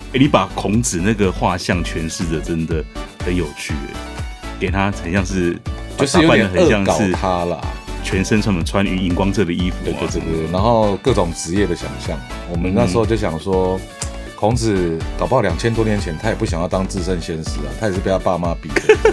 你把孔子那个画像诠释的真的很有趣，给他很像是就是有点恶搞他啦， 全身穿荧光色的衣服， 对，然后各种职业的想象。我们那时候就想说，孔子搞不好2000多年前他也不想要当至圣先师啊，他也是被他爸妈逼的。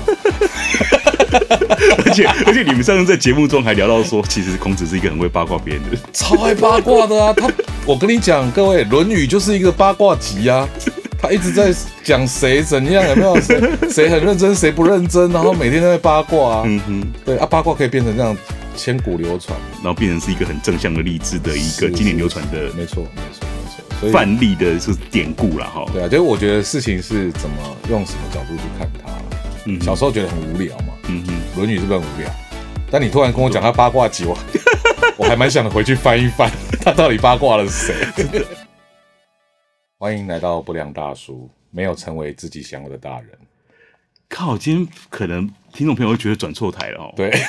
而且你们上次在节目中还聊到说，其实孔子是一个很会八卦别人的人， 超爱八卦的啊！我跟你讲，各位，《论语》就是一个八卦集啊。他一直在讲谁怎样，有没有谁很认真，谁不认真，然后每天都在八卦啊。对啊，八卦可以变成这样千古流传， 然后变成是一个很正向的励志的一个经典流传的， 没错，所以范例的是典故啦哈。 对啊，就是我觉得事情是怎么用什么角度去看它。小时候觉得很无聊嘛，《论语》是不是很无聊？但你突然跟我讲他八卦集，我还蛮想回去翻一翻，他到底八卦了谁？欢迎来到不良大叔，没有成为自己想要的大人。 靠，今天可能听众朋友会觉得转错台了哦。 对，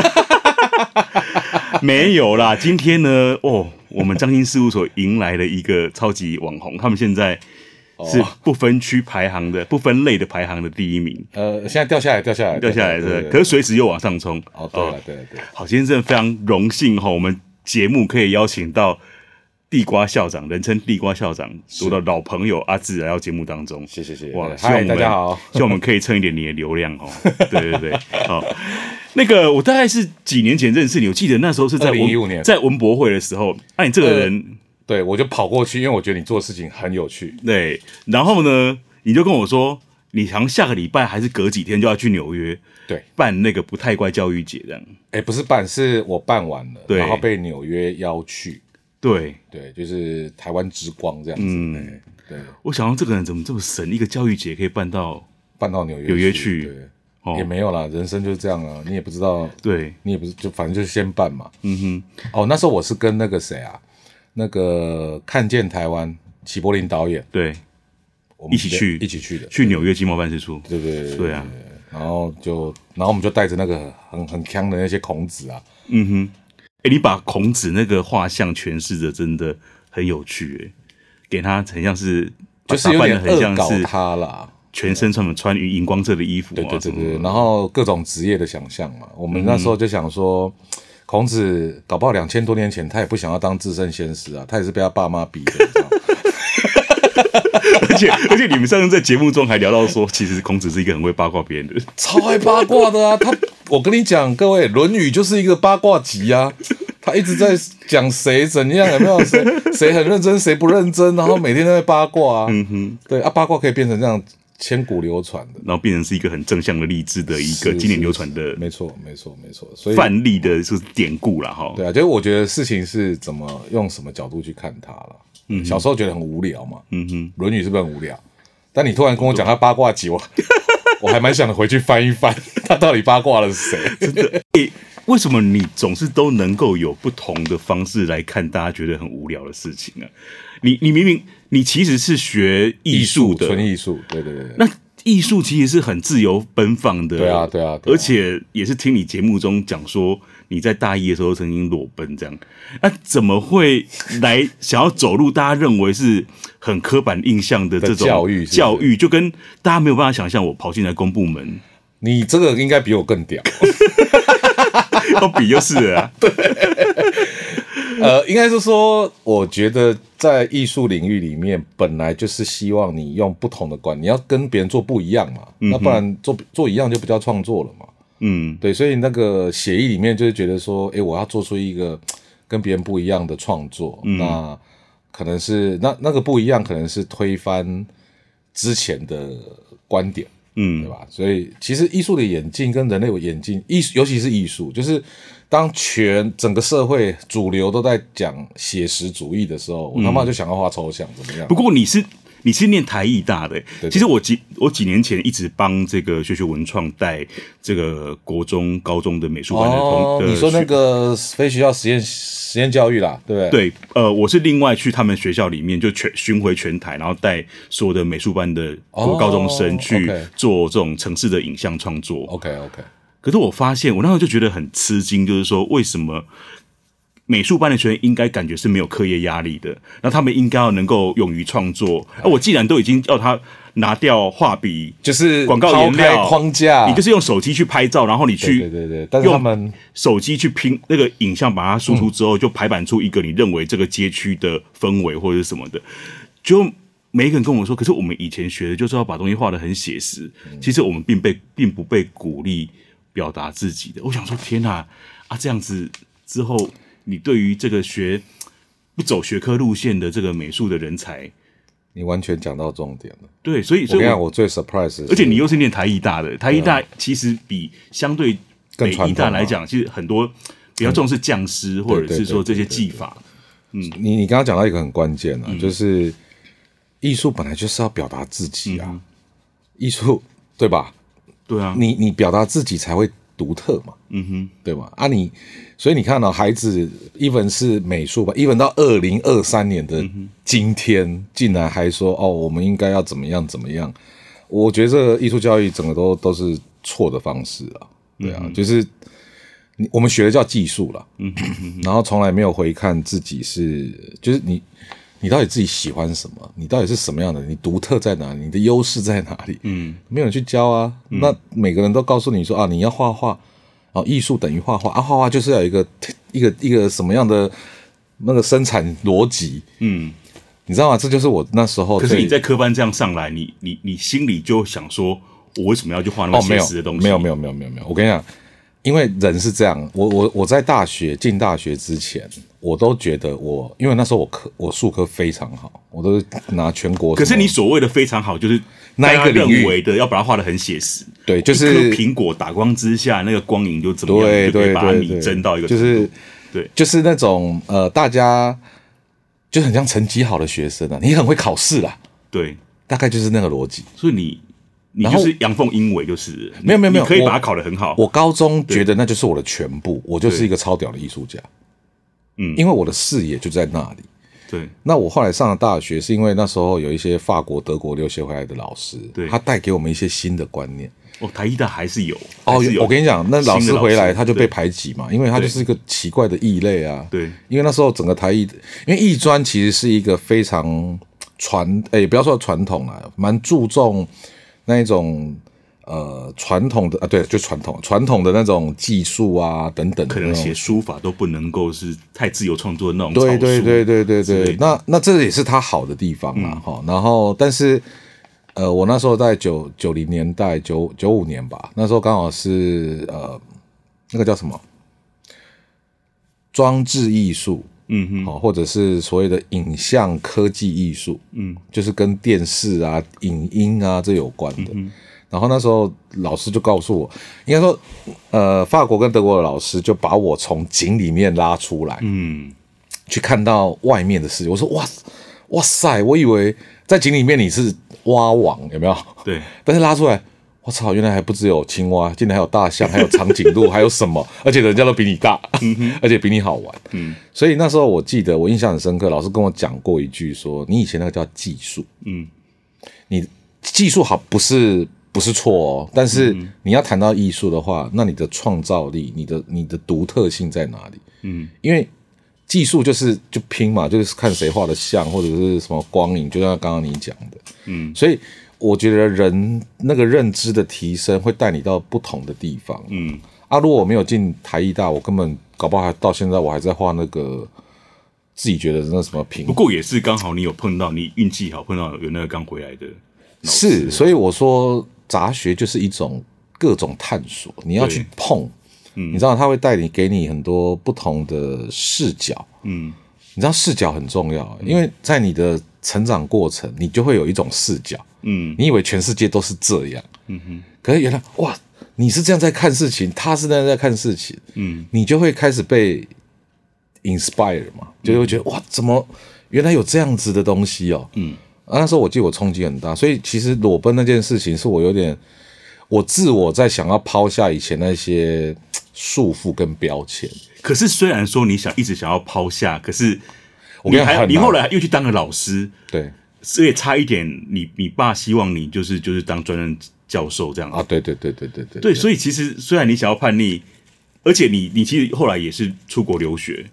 没有啦，今天呢，我们彰兴事务所迎来了一个超级网红，他们现在是不分区排行的、不分类的排行的第1名。 现在掉下来的，可是随时又往上冲。 对。 好，今天真的非常荣幸哈，我们节目可以邀请到地瓜校长，人称地瓜校长，我的老朋友阿志来到节目当中。 谢谢。 哇， 嗨，大家好， 希望我们可以蹭一点你的流量哦。对，好。那个我大概是几年前认识你，我记得那时候是在 2015年， 在文博会的时候。你这个人。 对，我就跑过去，因为我觉得你做的事情很有趣。 对，然后呢，你就跟我说，你好像下个礼拜还是隔几天就要去纽约， 对， 办那个不太乖教育节这样。 不是办，是我办完了，然后被纽约邀去。对，就是台湾之光这样子。对， 我想到这个人怎么这么神，一个教育节可以办到纽约去。 对， 也没有啦，人生就是这样啊，你也不知道， 对， 你也不是，就反正就是先办嘛。那时候我是跟那个谁啊。那个看见台湾齐柏林导演， 对， 我们一起去的， 去纽约经贸办事处， 对啊，然后我们就带着那个很强的那些孔子啊， 你把孔子那个画像诠释的真的很有趣，给他很像是就是有点恶搞他啦， 全身穿荧光色的衣服， 对，然后各种职业的想象嘛，我们那时候就想说。孔子搞不好2000多年前他也不想要当至圣先师啊，他也是被他爸妈逼的。 而且你们上次在节目中还聊到说，其实孔子是一个很会八卦别人的人， 超爱八卦的啊！我跟你讲，各位，《论语》就是一个八卦集啊。他一直在讲谁怎样，有没有谁很认真，谁不认真，然后每天都在八卦啊。对啊，八卦可以变成这样。千古流传的， 然后变成是一个很正向的励志的一个经典流传的， 没错，所以范例的是典故啦哈。 对啊，就是我觉得事情是怎么用什么角度去看它了。小时候觉得很无聊嘛，《论语》是不是很无聊？但你突然跟我讲他八卦集，我还蛮想回去翻一翻，他到底八卦了谁？ 真的，为什么你总是都能够有不同的方式来看大家觉得很无聊的事情呢？你明明你其实是学艺术的， 纯艺术，对。 那艺术其实是很自由奔放的， 对啊。 而且也是听你节目中讲说，你在大一的时候曾经裸奔这样，那怎么会来想要走入大家认为是很刻板印象的这种教育，就跟大家没有办法想象我跑进来公部门。 你这个应该比我更屌， 要比就是了啊。 对，应该是说，我觉得在艺术领域里面，本来就是希望你用不同的观点，你要跟别人做不一样嘛，那不然做一样就不叫创作了嘛。对，所以那个协议里面就是觉得说，我要做出一个跟别人不一样的创作，那可能是那个不一样，可能是推翻之前的观点。对吧？所以其实艺术的演进跟人类的演进，尤其是艺术，就是当整个社会主流都在讲写实主义的时候，我他妈就想要画抽象，怎么样？ 不过你是念台艺大的，其实我几年前一直帮这个学文创带这个国中、高中的美术班的你说那个非学校实验教育啦，对不对？ 对，我是另外去他们学校里面就巡回全台，然后带所有的美术班的国高中生去做这种城市的影像创作。 OK。 可是我发现，我那时候就觉得很吃惊，就是说为什么美术班的学生应该感觉是没有课业压力的，那他们应该要能够勇于创作。我既然都已经要他拿掉画笔， 就是广告颜料框架， 你就是用手机去拍照，然后你去对，但是他们手机去拼那个影像，把它输出之后，就排版出一个你认为这个街区的氛围或者是什么的。就每一个人跟我说，可是我们以前学的就是要把东西画得很写实，其实我们并不被鼓励表达自己的。我想说，天哪啊，这样子之后，你对于这个不走学科路线的这个美术的人才， 你完全讲到重点了。 对，所以我跟你讲，我最 surprise， 而且你又是念台艺大的，台艺大其实比相对北艺大来讲，其实很多比较重视匠师或者是说这些技法。 你刚刚讲到一个很关键啊，就是艺术本来就是要表达自己啊，艺术对吧？ 对啊， 你表达自己才会独特嘛，对吧？啊所以你看到孩子，even 是美术吧，even 到2023年的今天，竟然还说我们应该要怎么样怎么样？我觉得这个艺术教育整个都是错的方式啊，对啊，就是我们学的叫技术啦，然后从来没有回看自己就是你到底自己喜欢什么？你到底是什么样的？你独特在哪里？你的优势在哪里？没有人去教啊。那每个人都告诉你说你要画画，艺术等于画画啊，画画就是要有一个什么样的那个生产逻辑？你知道吗？这就是我那时候。 可是你在科班这样上来，你心里就想说，我为什么要去画那么写实的东西？ 没有。我跟你讲。因为人是这样，我在进大学之前，我都觉得因为那时候我术科非常好，我都拿全国。 可是你所谓的非常好，就是那一个领域认为的要把它画得很写实。 对，就是一颗苹果打光之下，那个光影就怎么样，就可以把它拟真到一个程度。 就是那种大家就很像成绩好的学生啊，你很会考试啦。 对， 大概就是那个逻辑。 所以你就是阳奉阴违，就是没有， 你可以把它考得很好。 我高中觉得那就是我的全部，我就是一个超屌的艺术家。因为我的视野就在那里。 对， 那我后来上了大学，是因为那时候有一些法国、德国留学回来的老师，他带给我们一些新的观念。 台艺大还是有我跟你讲，那老师回来他就被排挤嘛，因为他就是一个奇怪的异类啊。 对， 因为那时候整个台艺，因为艺专其实是一个非常不要说传统啦，蛮注重那一种传统的对，就传统的那种技术啊等等的， 可能写书法都不能够是太自由创作的那种。 对，那这也是他好的地方啦。然后但是我那时候在90年代95年吧，那时候刚好是那个叫什么装置艺术。或者是所谓的影像科技艺术，就是跟电视啊、影音啊这有关的。然后那时候老师就告诉我，应该说，法国跟德国的老师就把我从井里面拉出来，去看到外面的世界。我说哇塞，我以为在井里面你是蛙王，有没有？ 对， 但是拉出来。我操！原来还不只有青蛙，竟然还有大象，还有长颈鹿，还有什么？而且人家都比你大，而且比你好玩。所以那时候我记得，我印象很深刻，老师跟我讲过一句说：“你以前那个叫技术，你技术好不是错哦，但是你要谈到艺术的话，那你的创造力、你的独特性在哪里？因为技术就拼嘛，就是看谁画的像，或者是什么光影，就像刚刚你讲的，所以。”我觉得人那个认知的提升会带你到不同的地方。如果我没有进台艺大，我根本搞不好到现在我还在画那个自己觉得那什么屏。 不过也是刚好你有碰到，你运气好碰到有那个刚回来的老师。 是，所以我说杂学就是一种各种探索，你要去碰，你知道它会带你给你很多不同的视角。你知道视角很重要，因为在你的成长过程，你就会有一种视角。你以为全世界都是这样，可是原来哇，你是这样在看事情，他是这样在看事情，你就会开始被 inspire 嘛，就会觉得哇，怎么原来有这样子的东西哦，那时候我记得我冲击很大，所以其实裸奔那件事情是我有点，我自我在想要抛下以前那些束缚跟标签。 可是虽然说你一直想要抛下，可是你后来又去当了老师， 对。 所以差一点你爸希望你就是当专任教授这样子啊，对， 所以其实虽然你想要叛逆，而且你其实后来也是出国留学，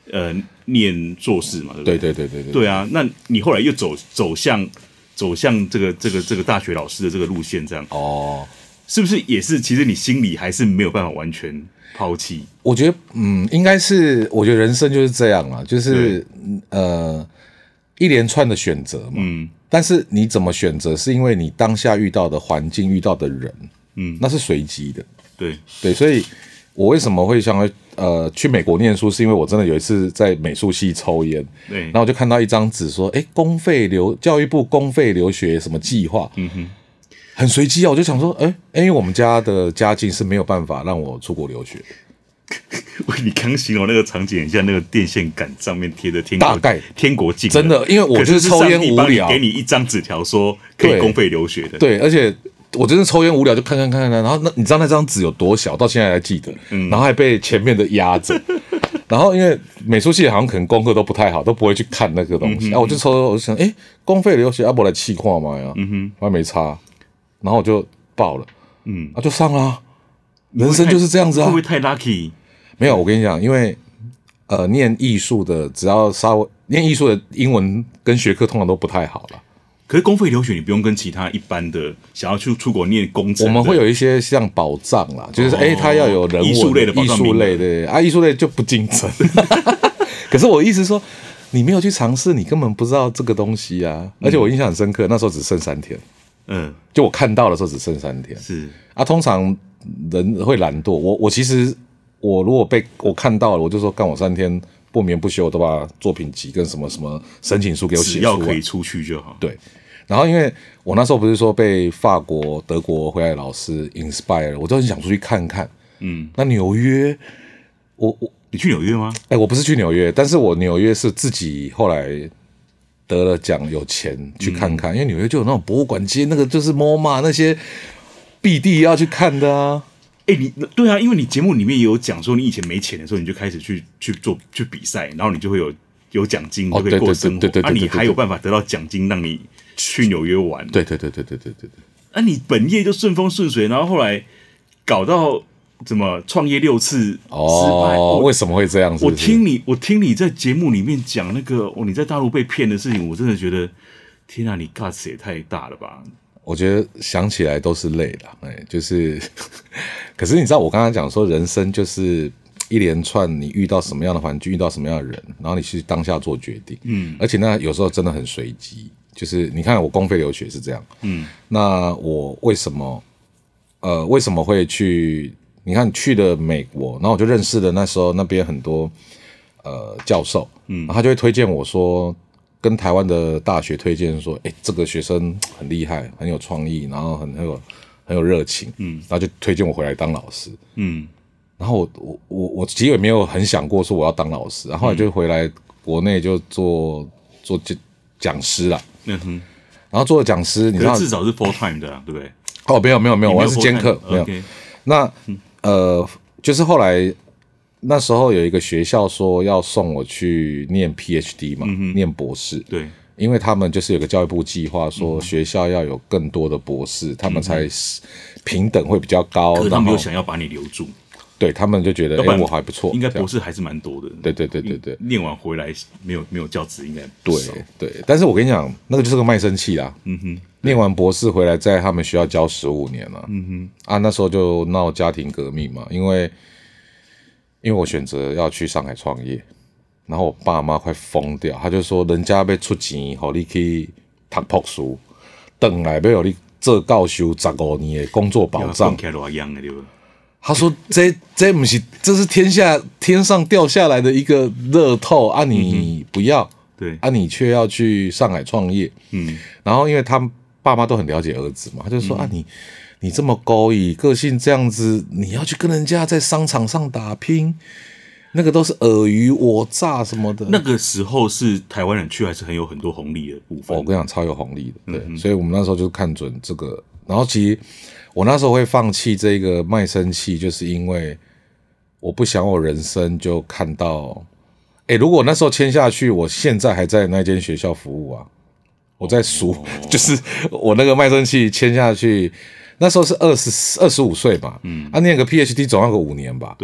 念硕士嘛，对不对？ 对。 对啊，那你后来又走向这个大学老师的这个路线，这样是不是也是？其实你心里还是没有办法完全抛弃。 我觉得，应该是，我觉得人生就是这样啦，就是一连串的选择嘛。但是你怎么选择，是因为你当下遇到的环境、遇到的人，那是随机的。对，所以我为什么会想要去美国念书，是因为我真的有一次在美术系抽烟， 对， 然后我就看到一张纸说，教育部公费留学什么计划，很随机啊，我就想说，因为我们家的家境是没有办法让我出国留学的。 你刚形容那个场景，很像那个电线杆上面贴的天国镜， 真的，因为我就是抽烟无聊， 给你一张纸条说可以公费留学的， 对，而且我真的抽烟无聊就看，然后你知道那张纸有多小，到现在还记得，然后还被前面的压着，然后因为美术系好像可能功课都不太好，都不会去看那个东西，我就抽，我就想，公费留学不来气看嘛呀，我还没差，然后我就报了，就上了。人生就是这样子啊， 会不会太 lucky？ 没有，我跟你讲，因为念艺术的，只要稍微念艺术的英文跟学科通常都不太好了。 可是公费留学你不用跟其他一般的想要去出国念工程的， 我们会有一些像保障啦，就是他要有人文艺术类的保障， 艺术类的艺术类就不竞争。可是我意思说，你没有去尝试，你根本不知道这个东西啊。而且我印象很深刻，那时候只剩3天，就我看到的时候只剩3天， 是通常人会懒惰，我其实如果被我看到了，我就说干我3天不眠不休，我都把作品集跟什么什么申请书给我写出来， 只要可以出去就好。 对，然后因为我那时候不是说被法国、德国回来的老师 inspire， 我就很想出去看看。那纽约， 你去纽约吗？ 我不是去纽约，但是我纽约是自己后来得了奖，有钱去看看，因为纽约就有那种博物馆街，那个就是 MoMA 那些必定要去看的啊。 对啊，因为你节目里面也有讲说，你以前没钱的时候，你就开始去比赛，然后你就会有奖金，就可以过生活。你还有办法得到奖金，让你去纽约玩。 对。 你本业就顺风顺水，然后后来搞到怎么创业6次失败？ 为什么会这样？ 我听你在节目里面讲那个你在大陆被骗的事情，我真的觉得天啊，你 guts 也太大了吧！ 我觉得想起来都是泪啦，就是，可是你知道我刚刚讲说，人生就是一连串，你遇到什么样的环境，遇到什么样的人，然后你去当下做决定，而且那有时候真的很随机，就是你看我公费留学是这样，那我为什么会去？你看去了美国，然后我就认识了那时候那边很多教授，然后他就会推荐我说。跟台湾的大学推荐说，这个学生很厉害，很有创意，然后很有热情，然后就推荐我回来当老师，然后我其实也没有很想过说我要当老师，然后后来就回来国内就做讲师啦，然后做讲师，你知道至少是 full time 的，对不对？ 没有，我还是兼课，没有。那就是后来。那时候有一个学校说要送我去念 PhD 嘛，念博士。 对， 因为他们就是有个教育部计划，说学校要有更多的博士，他们才平等会比较高。 可是他们又想要把你留住， 对他们就觉得我还不错， 应该博士还是蛮多的。 对， 念完回来没有教职应该对。但是我跟你讲，那个就是个卖身契啦。念完博士回来，在他们学校教15年了。那时候就闹家庭革命嘛，因为我选择要去上海创业，然后我爸妈快疯掉，他就说人家要出钱，让你去读博士，回来要让你做教授15年的工作保障。他说这不是，这是天上掉下来的一个乐透啊！你不要， 对啊，你却要去上海创业。然后因为他爸妈都很了解儿子嘛，他就说你这么勾引，个性这样子，你要去跟人家在商场上打拼，那个都是尔虞我诈什么的。 那个时候是台湾人去，还是很多红利的部分。 我跟你讲，超有红利的，对，所以我们那时候就看准这个。然后其实我那时候会放弃这个卖身契，就是因为我不想我人生就看到，如果那时候签下去，我现在还在那间学校服务啊，我在数，就是我那个卖身契签下去。那时候是25岁嘛，念个 PhD 总要个5年吧。 对，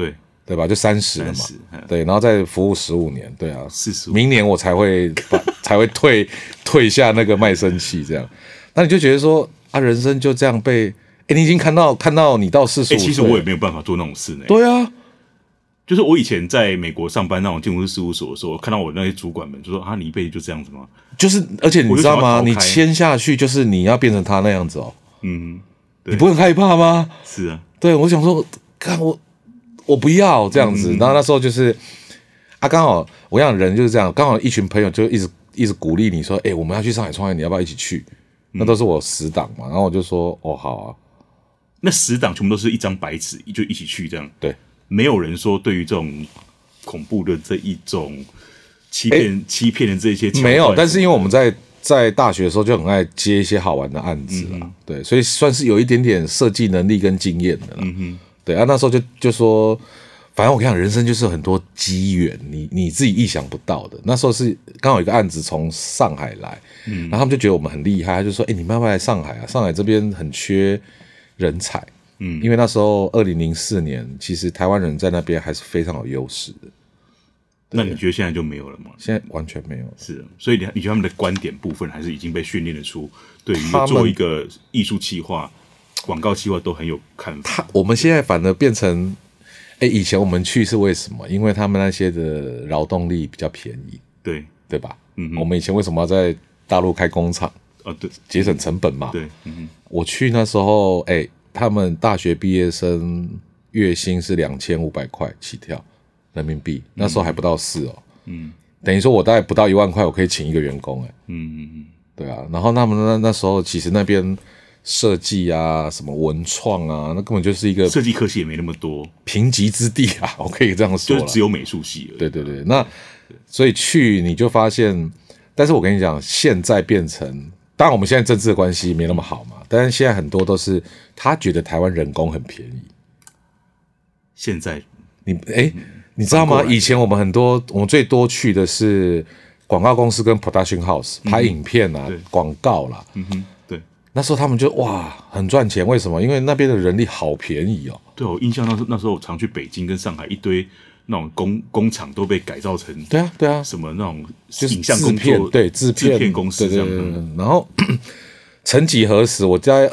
对吧？就30了嘛，对，然后再服务15年，对啊 ，45， 明年我才会退下那个卖身契这样。那你就觉得说啊，人生就这样被，你已经看到你到45岁， 其实我也没有办法做那种事呢。 对啊， 就是我以前在美国上班那种建筑师事务所的时候，看到我那些主管们就说啊，你一辈子就这样子吗？ 就是，而且你知道吗？你签下去就是你要变成他那样子哦。你不会很害怕吗？ 是啊， 对，我想说，看我不要这样子。然后那时候就是刚好我想人就是这样，刚好一群朋友就一直鼓励你说，我们要去上海创业，你要不要一起去？那都是我死党嘛。然后我就说，好啊。 那死党全部都是一张白纸，就一起去这样。 对， 没有人说对于这种恐怖的这一种欺骗的这些没有。但是因为我们在大学的时候就很爱接一些好玩的案子啦，对，所以算是有一点点设计能力跟经验的啦。对啊，那时候就说，反正我跟你讲，人生就是有很多机缘，你自己意想不到的。那时候是刚好有一个案子从上海来，然后他们就觉得我们很厉害，他就说，你们要不要来上海啊？上海这边很缺人才，因为那时候2004年，其实台湾人在那边还是非常有优势的。 那你觉得现在就没有了吗？ 现在完全没有了。 是，所以你觉得他们的观点部分还是已经被训练得出，对于做一个艺术企划、广告企划都很有看法。 我们现在反而变成，以前我们去是为什么？因为他们那些的劳动力比较便宜，对吧？我们以前为什么要在大陆开工厂？ 对， 节省成本嘛。 对， 我去那时候，他们大学毕业生月薪是2500块起跳。人民币那时候还不到4哦，等于说我大概不到1万块，我可以请一个员工，对啊，然后他们那时候其实那边设计啊，什么文创啊，那根本就是一个设计科系也没那么多， 贫瘠之地啊，我可以这样说， 就只有美术系而已。 对，那所以去你就发现，但是我跟你讲，现在变成，当然我们现在政治的关系没那么好嘛，但是现在很多都是他觉得台湾人工很便宜， 现在你知道吗？以前我们最多去的是广告公司跟 production house 拍影片啊、广告啦。 对。 那时候他们就很赚钱，为什么？因为那边的人力好便宜哦。 对，我印象那时候我常去北京跟上海，一堆那种工厂都被改造成对啊什么那种就是影像工作制片公司这样。 然后曾几何时，我在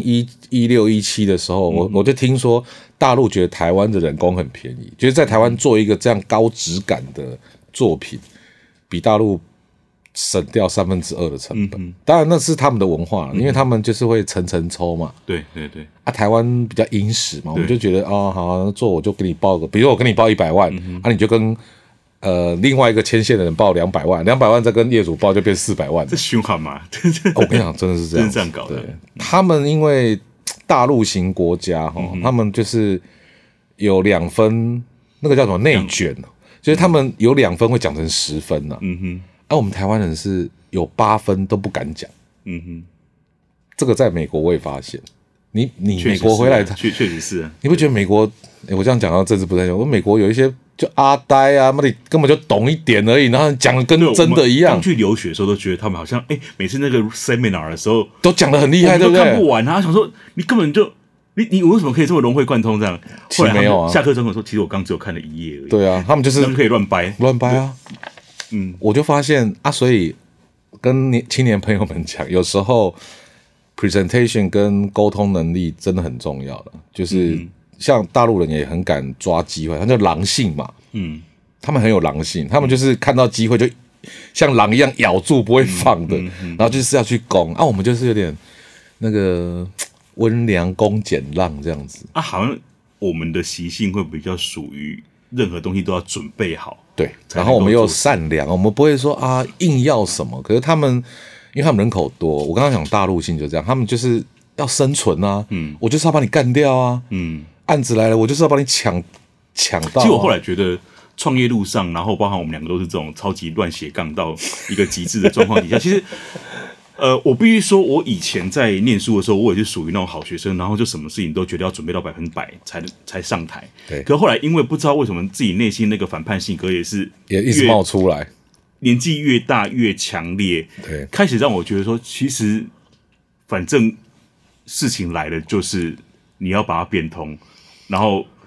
2016、17的时候，我就听说大陆觉得台湾的人工很便宜，就是在台湾做一个这样高质感的作品，比大陆省掉2/3的成本。当然那是他们的文化，因为他们就是会层抽嘛。 对。 台湾比较殷实嘛，我们就觉得好做我就给你报个，比如我跟你报100万，你就跟另外一个牵线的人报200万，200万再跟业主报就变400万， 这凶悍嘛！ 我跟你讲，真的是这样， 真是这样搞的。 他们因为大陆型国家他们就是有2分，那个叫什么内卷，就是他们有2分会讲成10分呐。我们台湾人是有8分都不敢讲。这个在美国我也发现，你美国回来， 确实是啊。 你不觉得美国？我这样讲到政治不太对，我美国有一些就阿呆啊，你根本就懂一点而已，然后讲的跟真的一样。 刚去留学的时候都觉得他们好像每次那个 seminar 的时候都讲得很厉害，对不对？ 看不完啊，想说你根本就你为什么可以这么融会贯通这样？后来没有啊， 下课之后说，其实我刚只有看了1页而已。 对啊，他们就是可以乱掰啊。我就发现所以跟青年朋友们讲，有时候 presentation 跟沟通能力真的很重要的，就是像大陆人也很敢抓机会，他就狼性嘛。他们很有狼性，他们就是看到机会就像狼一样咬住不会放的，然后就是要去攻我们就是有点那个温良恭俭让这样子好像我们的习性会比较属于任何东西都要准备好， 对，然后我们又善良，我们不会说硬要什么，可是他们因为他们人口多，我刚刚讲大陆性就这样，他们就是要生存啊，我就是要把你干掉啊，案子来了我就是要把你抢到。其实我后来觉得创业路上，然后包含我们2个都是这种超级乱斜杠到一个极致的状况底下，其实我必须说，我以前在念书的时候，我也是属于那种好学生，然后就什么事情都觉得要准备到100%才上台。 对。 可后来因为不知道为什么自己内心那个反叛性格也一直冒出来， 年纪越大越强烈， 对， 开始让我觉得说，其实反正事情来了，就是你要把它变通，然后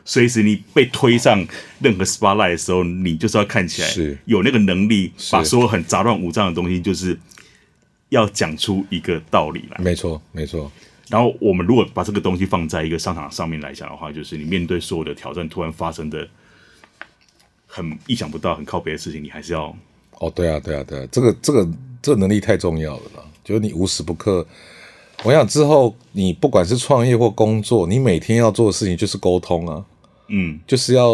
随时你被推上任何 spotlight 的时候，你就是要看起来有那个能力，把所有很杂乱无章的东西，就是要讲出一个道理来。 没错，没错。 然后我们如果把这个东西放在一个商场上面来讲的话，就是你面对所有的挑战突然发生的很意想不到、很靠北的事情，你还是要对啊，这个能力太重要了啦。就是你无时不刻，我想之后你不管是创业或工作，你每天要做的事情就是沟通啊，就是要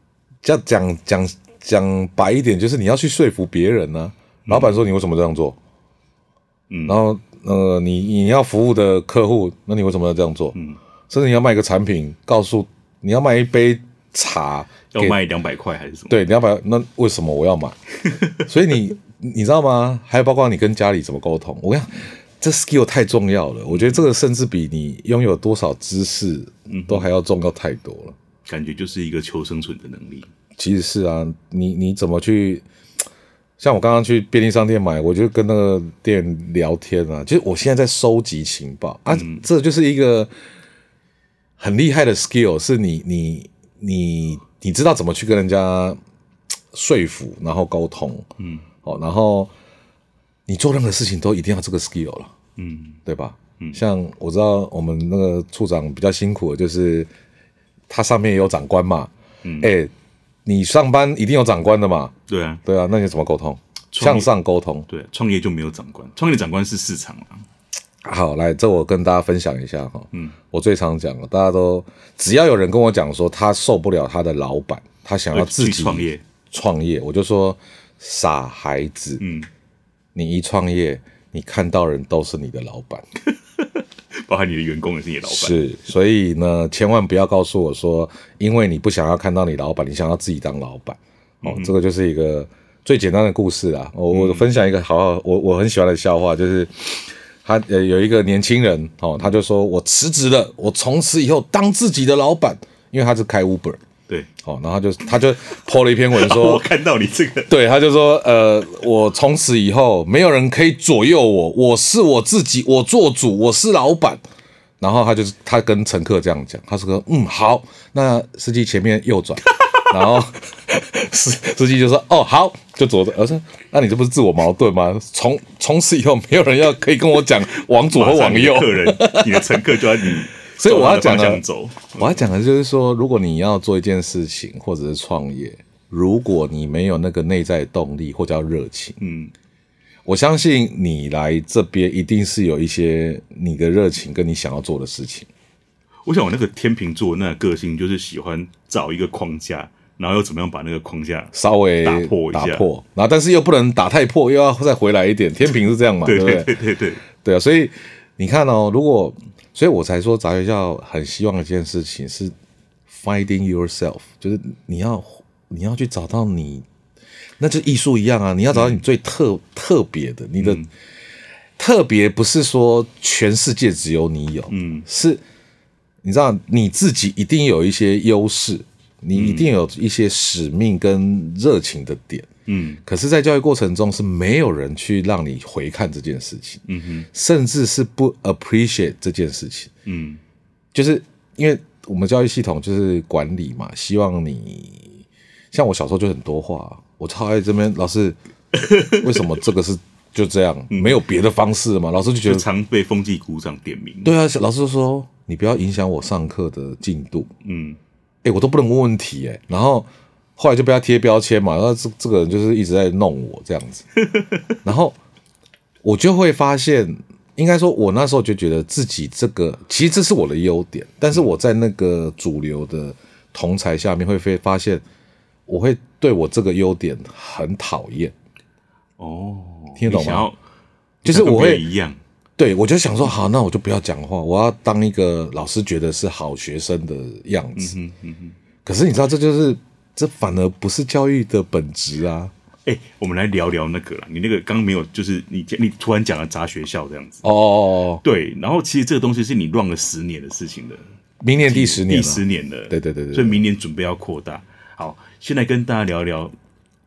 讲白一点，就是你要去说服别人啊。老板说你为什么这样做？然后你要服务的客户，那你为什么要这样做？甚至你要卖一个产品，告诉你要卖一杯茶， 要卖200块还是什么？ 对，200，那为什么我要买？所以你知道吗？还有包括你跟家里怎么沟通，我跟你讲，这 skill 太重要了。我觉得这个甚至比你拥有多少知识都还要重要太多了。 感觉就是一个求生存的能力。 其实是啊，你怎么去？像我刚刚去便利商店买，我就跟那个店聊天啊。就是我现在在收集情报啊，这就是一个很厉害的 skill， 是你知道怎么去跟人家说服，然后沟通，然后你做任何事情都一定要这个 skill 了，对吧？像我知道我们那个处长比较辛苦的，就是他上面也有长官嘛，你上班一定有长官的嘛， 对啊， 那你怎么沟通？向上沟通， 对，创业就没有长官，创业的长官是市场啊。 好，来，这我跟大家分享一下哈。我最常讲了，大家都只要有人跟我讲说他受不了他的老板，他想要自己创业，我就说傻孩子，你一创业，你看到人都是你的老板， 包含你的员工也是你的老板。 是，所以呢，千万不要告诉我说，因为你不想要看到你老板，你想要自己当老板。这个就是一个最简单的故事啦。我分享一个我很喜欢的笑话，就是他有一个年轻人他就说我辞职了，我从此以后当自己的老板，因为他是开 Uber。 对， 然后他就 po 了一篇文说， 我看到你这个， 对，他就说我从此以后没有人可以左右我，我是我自己，我做主，我是老板。然后他跟乘客这样讲，他说好，那司机前面右转，然后司机就说好，就左转。我说那你这不是自我矛盾吗？从此以后没有人可以跟我讲往左或往右， 你的乘客就要你。 所以我要讲的就是说，如果你要做一件事情或者是创业，如果你没有那个内在动力或叫热情，我相信你来这边一定是有一些你的热情跟你想要做的事情。 我想我那个天秤座那个个性就是喜欢找一个框架，然后又怎么样把那个框架稍微打破一下， 然后但是又不能打太破，又要再回来一点。天秤是这样嘛，对不对？对啊，所以你看所以我才说杂学校很希望一件事情是 finding yourself， 就是你要去找到你，那就艺术一样啊，你要找到你最特别的，你的特别不是说全世界只有你有，是你知道你自己一定有一些优势，你一定有一些使命跟热情的点。可是，在教育过程中是没有人去让你回看这件事情，甚至是不 appreciate 这件事情，就是因为我们教育系统就是管理嘛，希望你像我小时候就很多话，我超爱这边老师，为什么这个是就这样，没有别的方式嘛？老师就觉得常被风纪股长点名， 对啊，老师就说你不要影响我上课的进度，我都不能问问题然后。后来就被他贴标签嘛，然后这个人就是一直在弄我这样子，然后我就会发现，应该说，我那时候就觉得自己其实这是我的优点，但是我在那个主流的同侪下面会发现，我会对我这个优点很讨厌。听得懂吗？就是我会一样， 对，我就想说，好，那我就不要讲话，我要当一个老师觉得是好学生的样子。可是你知道，这反而不是教育的本质啊！ 我们来聊聊那个啦。你那个刚没有，就是你突然讲了杂学校这样子。对。然后其实这个东西是你 run 了10年的事情的， 明年第10年了， 第10年了。 对。 所以明年准备要扩大。好，现在跟大家聊聊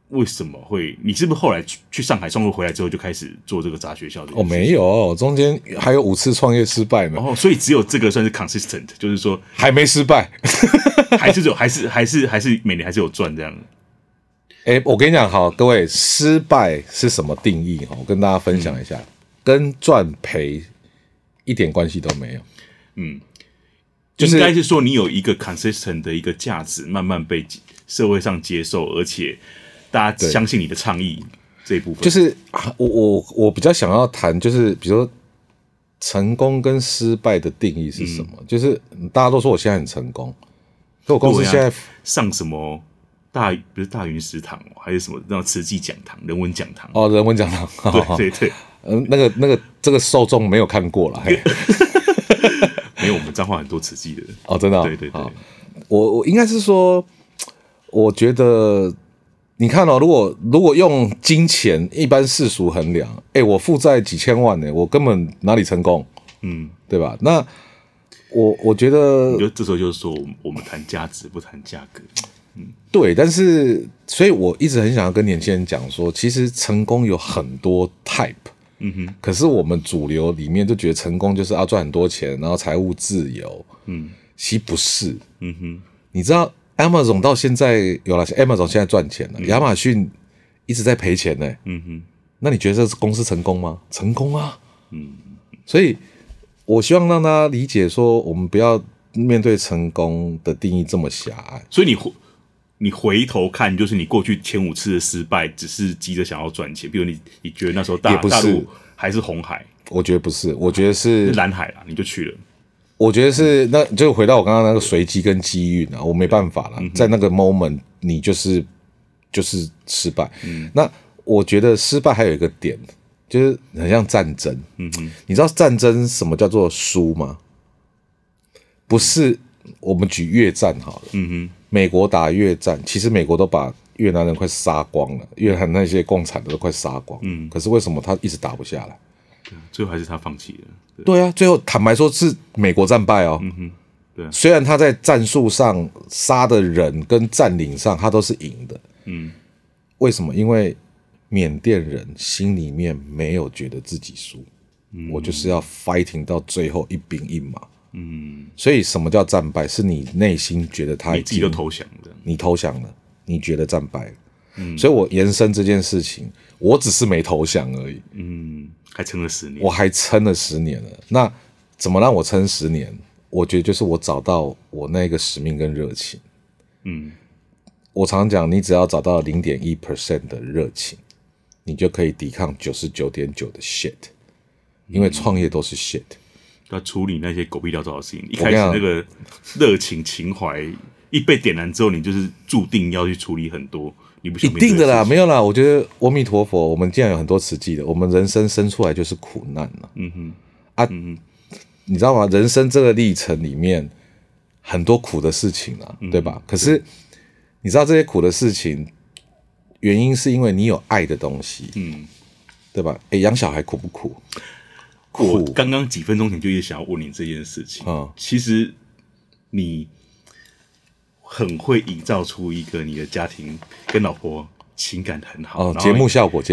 为什么会？你是不是后来去上海创作回来之后就开始做这个杂学校的？ 没有，中间还有5次创业失败呢。 所以只有这个算是 consistent， 就是说还没失败， 还是每年还是有赚这样。 我跟你讲，好，各位，失败是什么定义？我跟大家分享一下，跟赚赔一点关系都没有。就是应该是说你有一个 consistent 的一个价值，慢慢被社会上接受，而且大家相信你的倡议这一部分。就是我比较想要谈，就是比如说成功跟失败的定义是什么？就是大家都说我现在很成功，可我公司现在上什么不是大云食堂还是什么那种慈济讲堂、人文讲堂人文讲堂， 对， 那个这个受众没有看过啦。 没有，我们彰化很多慈济的真的对。 我应该是说，我觉得你看如果用金钱一般世俗衡量，我负债几千万呢，我根本哪里成功？对吧？那我觉得， 你就这时候就是说，我们谈价值不谈价格。 对，但是所以我一直很想要跟年轻人讲说，其实成功有很多 type。可是我们主流里面就觉得成功就是要赚很多钱，然后财务自由。其实不是。你知道 Amazon 到现在有了 ，Amazon 现在赚钱了，亚马逊一直在赔钱呢。那你觉得这公司成功吗？成功啊。所以我希望让大家理解说，我们不要面对成功的定义这么狭隘。 所以你回头看，就是你过去前5次的失败，只是急着想要赚钱。比如你觉得那时候大陆还是红海？ 我觉得不是，我觉得是蓝海啦，你就去了。 我觉得是，那就回到我刚刚那个随机跟机遇我没办法了，在那个 moment 你就是失败。那我觉得失败还有一个点，就是很像战争。你知道战争什么叫做输吗？不是，我们举越战好了。美国打越战，其实美国都把越南人快杀光了，越南那些共产的都快杀光。可是为什么他一直打不下来？ 最后还是他放弃了。 对啊，最后坦白说是美国战败哦。 对啊， 虽然他在战术上杀的人跟占领上他都是赢的。为什么？因为缅甸人心里面没有觉得自己输。我就是要 fighting 到最后一兵一马。所以什么叫战败？是你内心觉得他已经， 你自己都投降的， 你投降了，你觉得战败了。所以我延伸这件事情，我只是没投降而已。 还撑了10年， 我还撑了10年了。那怎么让我撑10年？我觉得就是我找到我那个使命跟热情。我常讲，你只要找到 0.1% 的热情，你就可以抵抗 99.9% 的 shit， 因为创业都是 shit。 要处理那些狗屁倒灶的事情，一开始那个热情情怀一被点燃之后，你就是注定要去处理很多你不想面对的事情。 一定的啦，没有啦。我觉得阿弥陀佛，我们既然有很多慈济的，我们人生生出来就是苦难了。你知道吗？人生这个历程里面很多苦的事情啊，对吧？可是你知道这些苦的事情，原因是因为你有爱的东西，对吧？养小孩苦不苦？ 我刚刚几分钟前就一直想要问你这件事情。其实你很会营造出一个你的家庭跟老婆情感很好， 节目效果，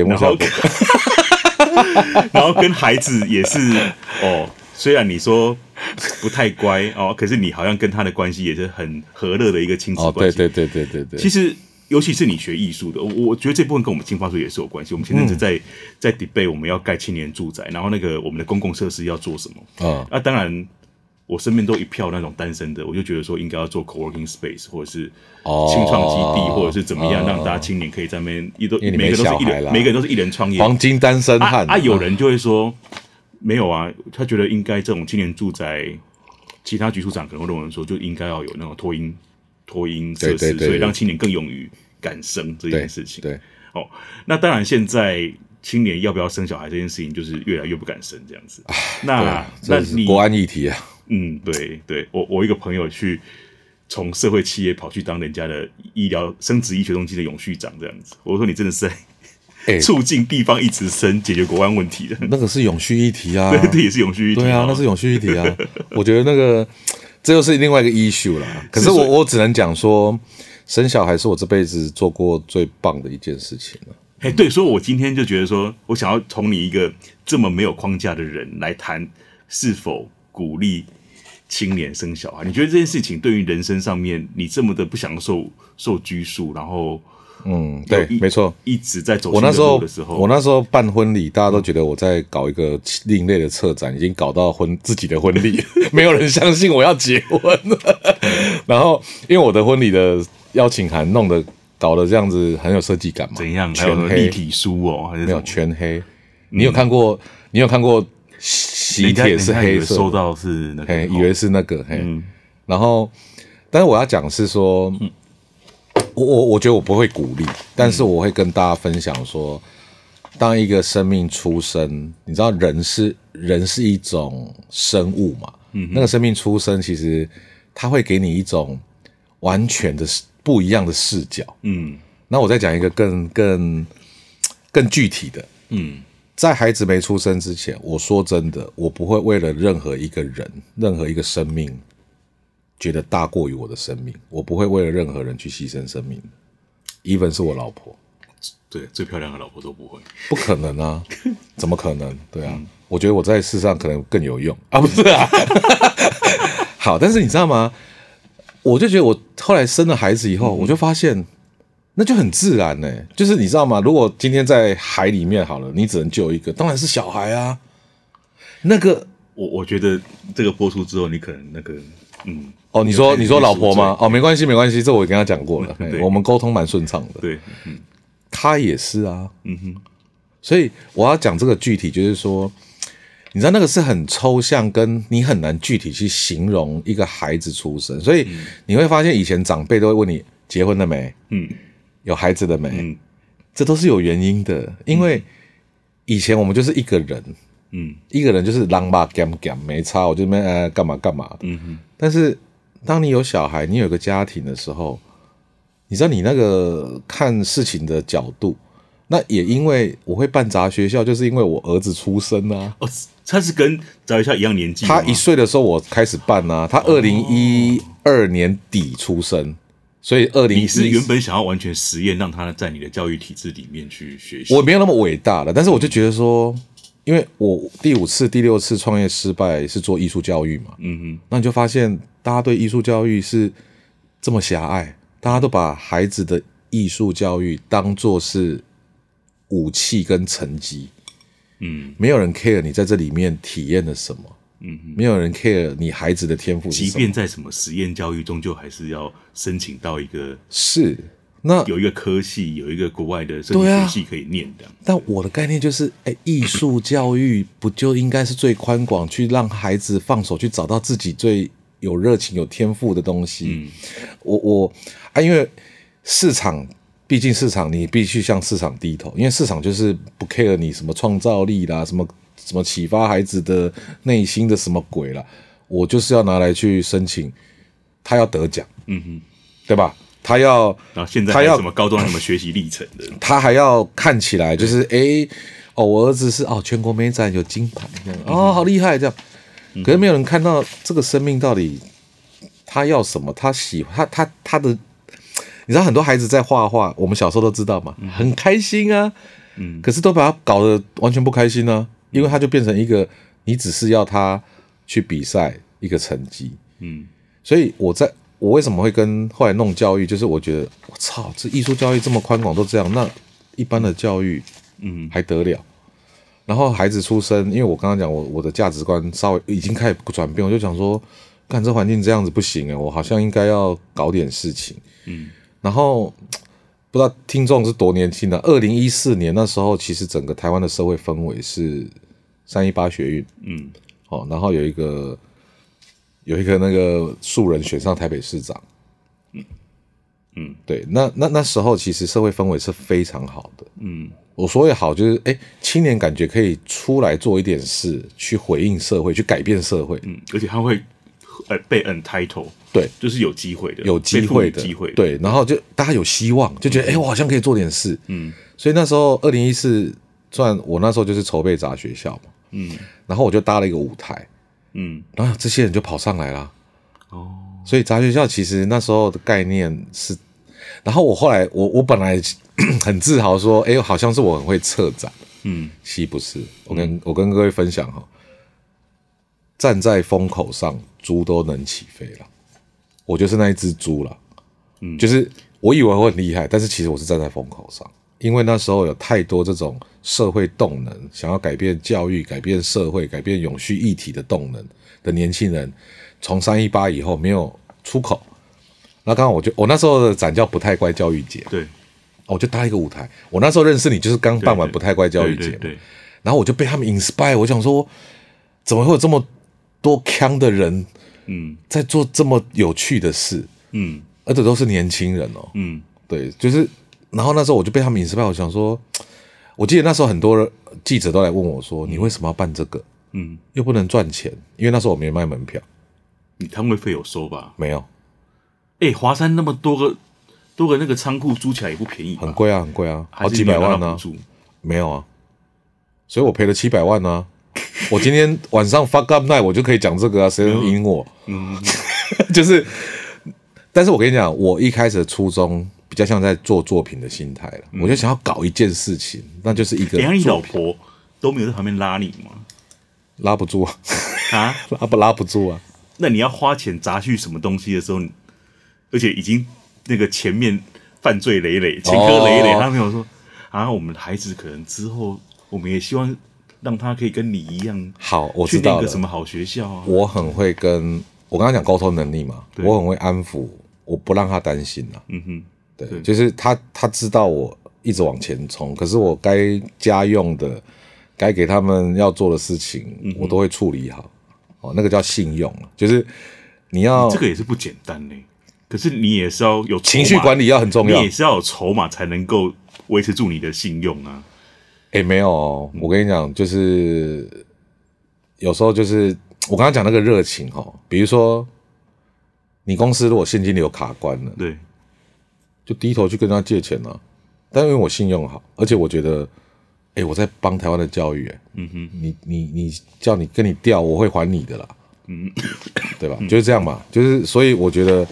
然后跟孩子也是虽然你说不太乖可是你好像跟他的关系也是很和乐的一个亲子关系。 对。 其实尤其是你学艺术的，我觉得这部分跟我们青发处也是有关系。我们前阵子在 debate 我们要盖青年住宅，然后那个我们的公共设施要做什么。当然我身边都一票那种单身的，我就觉得说应该要做 co-working space 或者是青创基地，或者是怎么样让大家青年可以在那边每个人都是一人创业， 黄金单身汉。 有人就会说没有啊，他觉得应该这种青年住宅，其他局处长可能会认为说就应该要有那种托婴设施，所以让青年更勇于敢生这件事情。 对， 那当然现在青年要不要生小孩这件事情，就是越来越不敢生这样子。那你国安议题啊。 对，我一个朋友去从社会企业跑去当人家的生殖医学中心的永续长这样子，我说你真的是在促进地方一直生，解决国安问题的。 那个是永续议题啊， 对，也是永续议题。 对啊，那是永续议题啊。我觉得这又是另外一个 issue 啦。可是我只能讲说， 生小孩是我这辈子做过最棒的一件事情了。 对，所以我今天就觉得说，我想要从你一个这么没有框架的人来谈是否鼓励青年生小孩。你觉得这件事情对于人生上面，你这么的不想受拘束，然后对，没错， 一直在走新的路的时候， 我那时候办婚礼，大家都觉得我在搞一个另类的策展，已经搞到自己的婚礼，没有人相信我要结婚然后，因为我的婚礼的邀请函搞得这样子很有设计感嘛， 怎样？ 全黑立体书还是没有全黑？你有看过喜帖是黑色的？ 收到是那个， 以为是那个然后，但是我要讲是说。我觉得我不会鼓励，但是我会跟大家分享说，当一个生命出生，你知道人是一种生物嘛，那个生命出生其实它会给你一种完全的不一样的视角，那我再讲一个更具体的，在孩子没出生之前，我说真的，我不会为了任何一个人、任何一个生命。觉得大过于我的生命，我不会为了任何人去牺牲生命 ，even 是我老婆， 对，最漂亮的老婆都不会， 不可能啊，怎么可能？对啊，我觉得我在世上可能更有用啊，不是啊。好，但是你知道吗？我就觉得我后来生了孩子以后，我就发现那就很自然呢。就是你知道吗？如果今天在海里面好了，你只能救一个，当然是小孩啊。那个， 我觉得这个播出之后，你可能那个。 你说老婆吗？没关系，这我也跟他讲过了，我们沟通蛮顺畅的。 对， 他也是啊，所以我要讲这个具体，就是说，你知道那个是很抽象，跟你很难具体去形容一个孩子出生，所以你会发现以前长辈都会问你结婚了没，有孩子了没，这都是有原因的，因为以前我们就是一个人。一个人就是狼吧 gam 没差，我就没干嘛干嘛的。但是当你有小孩，你有个家庭的时候，你知道你那个看事情的角度，那也因为我会办杂学校，就是因为我儿子出生啊。 他是跟杂学校一样年纪， 他1岁的时候我开始办啊，他2012年底出生，所以你是原本想要完全实验，让他在你的教育体制里面去学习。 我没有那么伟大了，但是我就觉得说。因为我第5次、第6次创业失败是做艺术教育嘛，那你就发现大家对艺术教育是这么狭隘，大家都把孩子的艺术教育当作是武器跟成绩，没有人 care 你在这里面体验了什么，没有人 care 你孩子的天赋是什么， 即便在什么实验教育，终究还是要申请到一个那有一个科系，有一个国外的设计学系可以念的。 但我的概念就是，艺术教育不就应该是最宽广，去让孩子放手去找到自己最有热情、有天赋的东西。因为市场，毕竟市场你必须向市场低头，因为市场就是不 care 你什么创造力啦，什么启发孩子的内心的什么鬼啦，我就是要拿来去申请，他要得奖，对吧？他要， 然后现在还有什么高中什么学习历程的， 他还要看起来就是我儿子是全国美展有金牌这样，好厉害这样，可是没有人看到这个生命到底他要什么，他喜欢他的，你知道很多孩子在画画，我们小时候都知道嘛，很开心啊，可是都把他搞得完全不开心啊，因为他就变成一个你只是要他去比赛一个成绩，所以我为什么会跟后来弄教育，就是我觉得我操，这艺术教育这么宽广都这样，那一般的教育还得了？然后孩子出生，因为我刚刚讲我的价值观稍微已经开始转变，我就想说，干这环境这样子不行我好像应该要搞点事情。然后不知道听众是多年轻的，2014年那时候，其实整个台湾的社会氛围是318学运，然后有一个那个素人选上台北市长，对，那时候其实社会氛围是非常好的，我所谓好就是青年感觉可以出来做一点事，去回应社会，去改变社会， 而且他会被 entitle， 对， 就是有机会的， 有机会的，对，然后就大家有希望，就觉得我好像可以做点事，所以那时候2014，算我那时候就是筹备杂学校嘛，然后我就搭了一个舞台。然后这些人就跑上来了，所以杂学校其实那时候的概念是， 然后我后来我本来很自豪说，哎，好像是我很会策展，其实不是。我跟各位分享哈，站在风口上，猪都能起飞了。我就是那一只猪了，就是我以为我很厉害，但是其实我是站在风口上，因为那时候有太多这种社会动能，想要改变教育、改变社会、改变永续议题的动能的年轻人，从318以后没有出口。那刚好我那时候的展叫不太乖教育节， 对， 我就搭一个舞台。我那时候认识你就是刚办完不太乖教育节嘛， 对， 然后我就被他们 inspire， 我想说怎么会有这么多强的人，在做这么有趣的事，而且都是年轻人哦，对，就是，然后那时候我就被他们 inspire， 我想说，我记得那时候很多记者都来问我说，你为什么要办这个？又不能赚钱，因为那时候我没卖门票， 你摊位费有收吧？ 没有。 华山那么多个那个仓库租起来也不便宜吧， 很贵啊，很贵啊，好几百万啊，没有啊，所以我赔了700万啊。我今天晚上 fuck up night 我就可以讲这个啊，谁能赢我？就是，但是我跟你讲，我一开始的初衷比较像在做作品的心态了，我就想要搞一件事情，那就是一个。 你老婆都没有在旁边拉你吗？ 拉不住啊，拉不住啊。 那你要花钱砸去什么东西的时候，而且已经那个前面犯罪累累、前科累累，他没有说我们的孩子可能之后，我们也希望让他可以跟你一样， 好，我知道了， 去念个什么好学校啊。 我很会跟我刚刚讲沟通能力嘛，我很会安抚，我不让他担心啊。对，就是他知道我一直往前冲，可是我该家用的、该给他们要做的事情，我都会处理好。那个叫信用，就是你这个也是不简单呢。可是你也是要有情绪管理要很重要， 你也是要有筹码才能够维持住你的信用啊。 没有哦，我跟你讲，就是有时候就是我刚刚讲那个热情比如说你公司如果现金流卡关了， 对， 就低头去跟他借钱啊。但因为我信用好，而且我觉得，我在帮台湾的教育，你叫你跟你调，我会还你的啦。对吧？就是这样嘛，就是所以我觉得，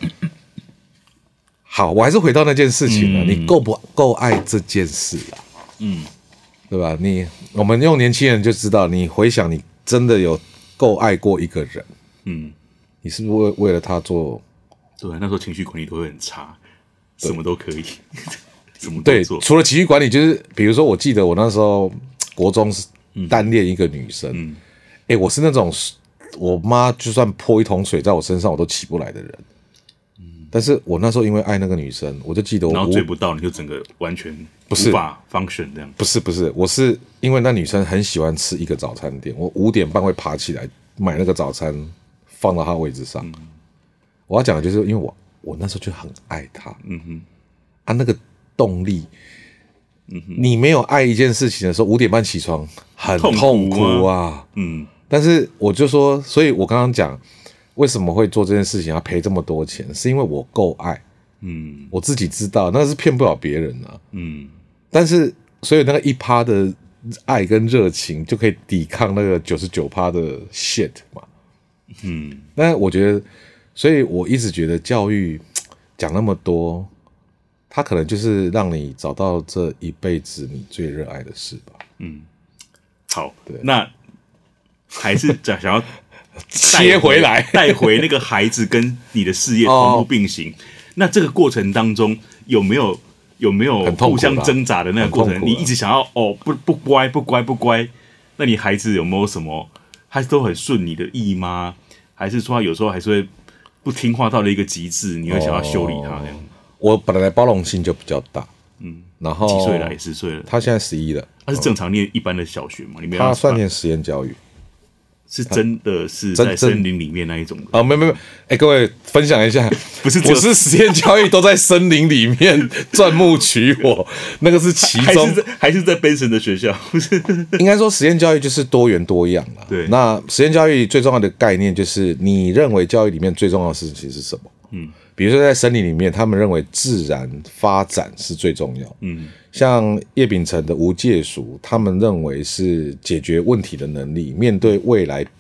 好，我还是回到那件事情了，你够不够爱这件事啊？对吧？我们用年轻人就知道，你回想你真的有够爱过一个人，你是不是为了他做？ 对，那时候情绪管理都会很差，什么都可以，什么都做。 对，除了情绪管理，就是比如说，我记得我那时候国中是单恋一个女生，我是那种。我妈就算泼一桶水在我身上，我都起不来的人。但是我那时候因为爱那个女生，我就记得然后追不到，你就整个完全无法 function 这样。 不是，我是因为那女生很喜欢吃一个早餐店，我5点半会爬起来买那个早餐放到她位置上。我要讲的就是因为我那时候就很爱她，那个动力。你没有爱一件事情的时候，5点半起床很痛苦啊。但是我就说，所以我刚刚讲为什么会做这件事情要赔这么多钱，是因为我够爱，我自己知道那是骗不了别人啊，但是所以那个1%的爱跟热情就可以抵抗那个99%的 shit 嘛，那我觉得，所以我一直觉得教育讲那么多，它可能就是让你找到这一辈子你最热爱的事吧。 好，那。还是想要切回来， 带回那个孩子跟你的事业同步并行。那这个过程当中有没有互相挣扎的那个过程？你一直想要不乖，那你孩子有没有什么？他都很顺你的意吗？还是说他有时候还是会不听话到了一个极致，你会想要修理他这样？ 我本来包容性就比较大，然后几岁了？也10岁了。 他现在11了。 他是正常念一般的小学吗？ 他算念实验教育。 是真的是在森林里面那一种的没有，各位分享一下，不是实验教育都在森林里面钻木取火，那个是其中， 还是在 Benson 的学校，不是？ 应该说实验教育就是多元多样啦。 对， 那实验教育最重要的概念就是你认为教育里面最重要的事情是什么？比如说在森林里面，他们认为自然发展是最重要。像叶丙成的无界塾，他们认为是解决问题的能力，面对未来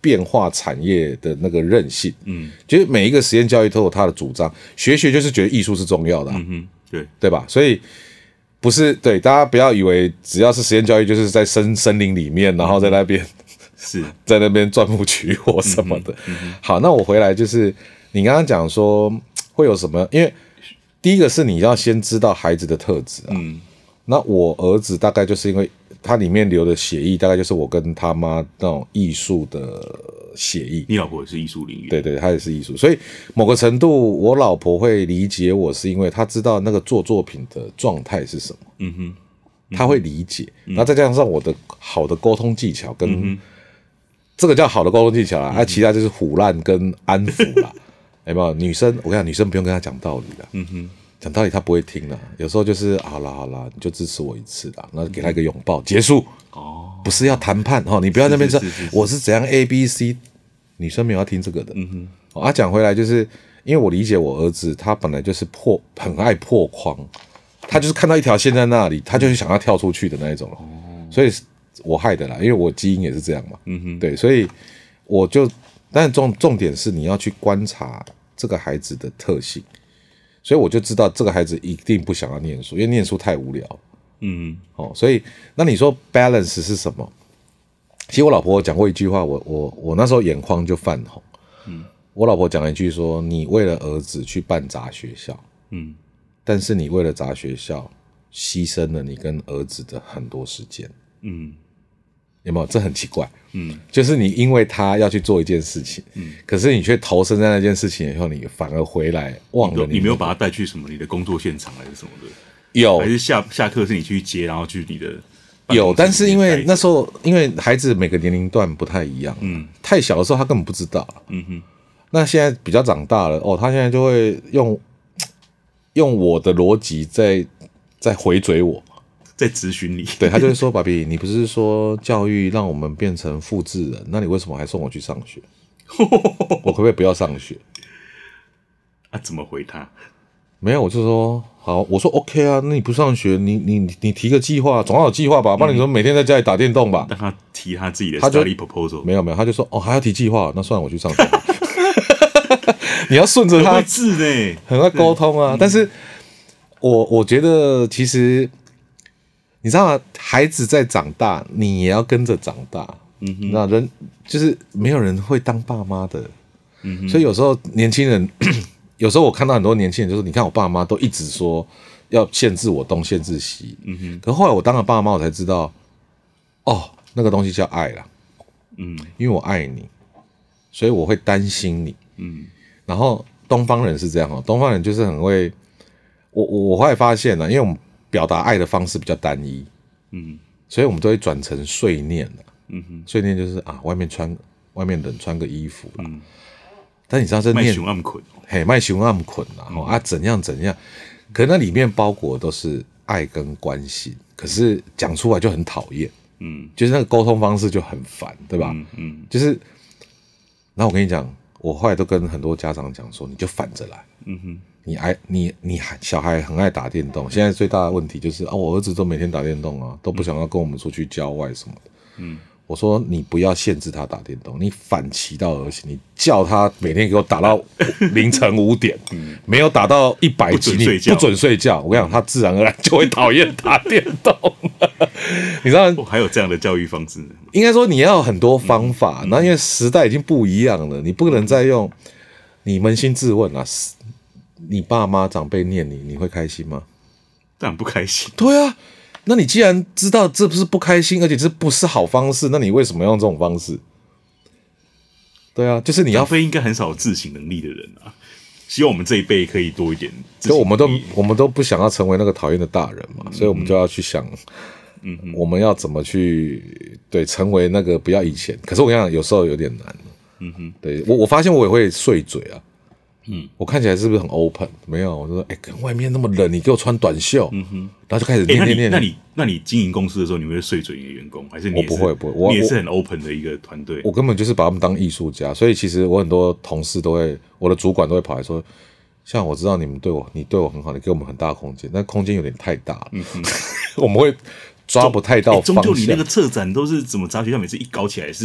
变化产业的那个韧性。就是每一个实验教育都有它的主张，学就是觉得艺术是重要的、对吧？所以不是对大家不要以为只要是实验教育就是在森林里面，然后在那边是在那边钻木取火什么的。好，那我回来就是你刚刚讲说会有什么？因为第一个是你要先知道孩子的特质啊。那我儿子大概就是因为他里面流的血液，大概就是我跟他妈那种艺术的血液。 你老婆也是艺术领域， 对，她也是艺术，所以某个程度，我老婆会理解我，是因为她知道那个做作品的状态是什么。她会理解，然后再加上我的好的沟通技巧跟这个叫好的沟通技巧啦，其他就是唬烂跟安抚啦。有没有女生？我跟你讲，女生不用跟她讲道理啦。讲道理他不会听啦，有时候就是好啦，你就支持我一次啦，然后给他一个拥抱，结束。不是要谈判你不要在那边说我是怎样 ABC， 女生没有要听这个的。讲回来就是因为我理解我儿子，他本来就是很爱破框，他就是看到一条线在那里，他就是想要跳出去的那一种。所以我害的啦，因为我基因也是这样嘛。对，所以我就，但重点是你要去观察这个孩子的特性。所以我就知道这个孩子一定不想要念书，因为念书太无聊。所以那你说 balance 是什么？其实我老婆讲过一句话，我那时候眼眶就泛红。我老婆讲了一句说：“你为了儿子去办杂学校，但是你为了杂学校牺牲了你跟儿子的很多时间。”有没有？这很奇怪。就是你因为他要去做一件事情，可是你却投身在那件事情以后，你反而回来忘了你没有把他带去什么你的工作现场还是什么的？ 有， 还是下课是你去接，然后去你的有，但是因为那时候因为孩子每个年龄段不太一样，太小的时候他根本不知道。那现在比较长大了他现在就会用我的逻辑在回嘴我。 在质询你， 对，他就会说：“爸比，你不是说教育让我们变成复制人，那你为什么还送我去上学？我可不可以不要上学？” 怎么回他？ 没有，我就说好，我说 OK 啊，那你不上学，你提个计划，总要有计划吧？不然你说每天在家里打电动吧？ 让他提他自己的 study proposal， 没有，他就说还要提计划，那算了，我去上学。你要顺着他，很会沟通啊。但是我觉得其实。你知道吗？孩子在长大，你也要跟着长大。那人就是没有人会当爸妈的。所以有时候年轻人，有时候我看到很多年轻人就说：“你看我爸妈都一直说要限制我东，限制西。”可后来我当了爸妈，我才知道，那个东西叫爱啦。因为我爱你，所以我会担心你。然后东方人是这样东方人就是很会，我后来发现了，因为我们表达爱的方式比较单一，所以我们都会转成碎念了。碎念就是外面人穿个衣服啦，但你知道这念卖熊暗捆啦，怎样，可能那里面包裹都是爱跟关心，可是讲出来就很讨厌，就是那个沟通方式就很烦，对吧？就是，然后我跟你讲，我后来都跟很多家长讲说，你就反着来，你小孩很爱打电动，现在最大的问题就是我儿子都每天打电动都不想要跟我们出去郊外什么的。我说你不要限制他打电动，你反其道而行，你叫他每天给我打到凌晨5点，没有打到100级，你不准睡觉。我跟你讲，他自然而然就会讨厌打电动。你知道还有这样的教育方式？ 应该说你要有很多方法，那因为时代已经不一样了，你不能再用。你扪心自问啊，你爸妈长辈念你会开心吗？ 当然不开心。 对啊。那你既然知道这不是不开心，而且这不是好方式，那你为什么要用这种方式？对啊，就是你要非应该很少有自省能力的人啊。希望我们这一辈可以多一点自省能力。我们都不想要成为那个讨厌的大人嘛，所以我们就要去想，我们要怎么去成为那个不要以前。可是我跟你讲，有时候有点难。对我发现我也会碎嘴啊。我看起来是不是很 open？ 没有，我就说，外面那么冷，你给我穿短袖，然后就开始念。 那你经营公司的时候，你会碎嘴你的员工，还是你也是？ 我不会， 你也是很 open 的一个团队。 我根本就是把他们当艺术家，所以其实我很多同事都会，我的主管都会跑来说，像我知道你对我很好，你给我们很大的空间，但空间有点太大了，我们会抓不太到方向。 终究你那个策展都是怎么杂学校每次一搞起来是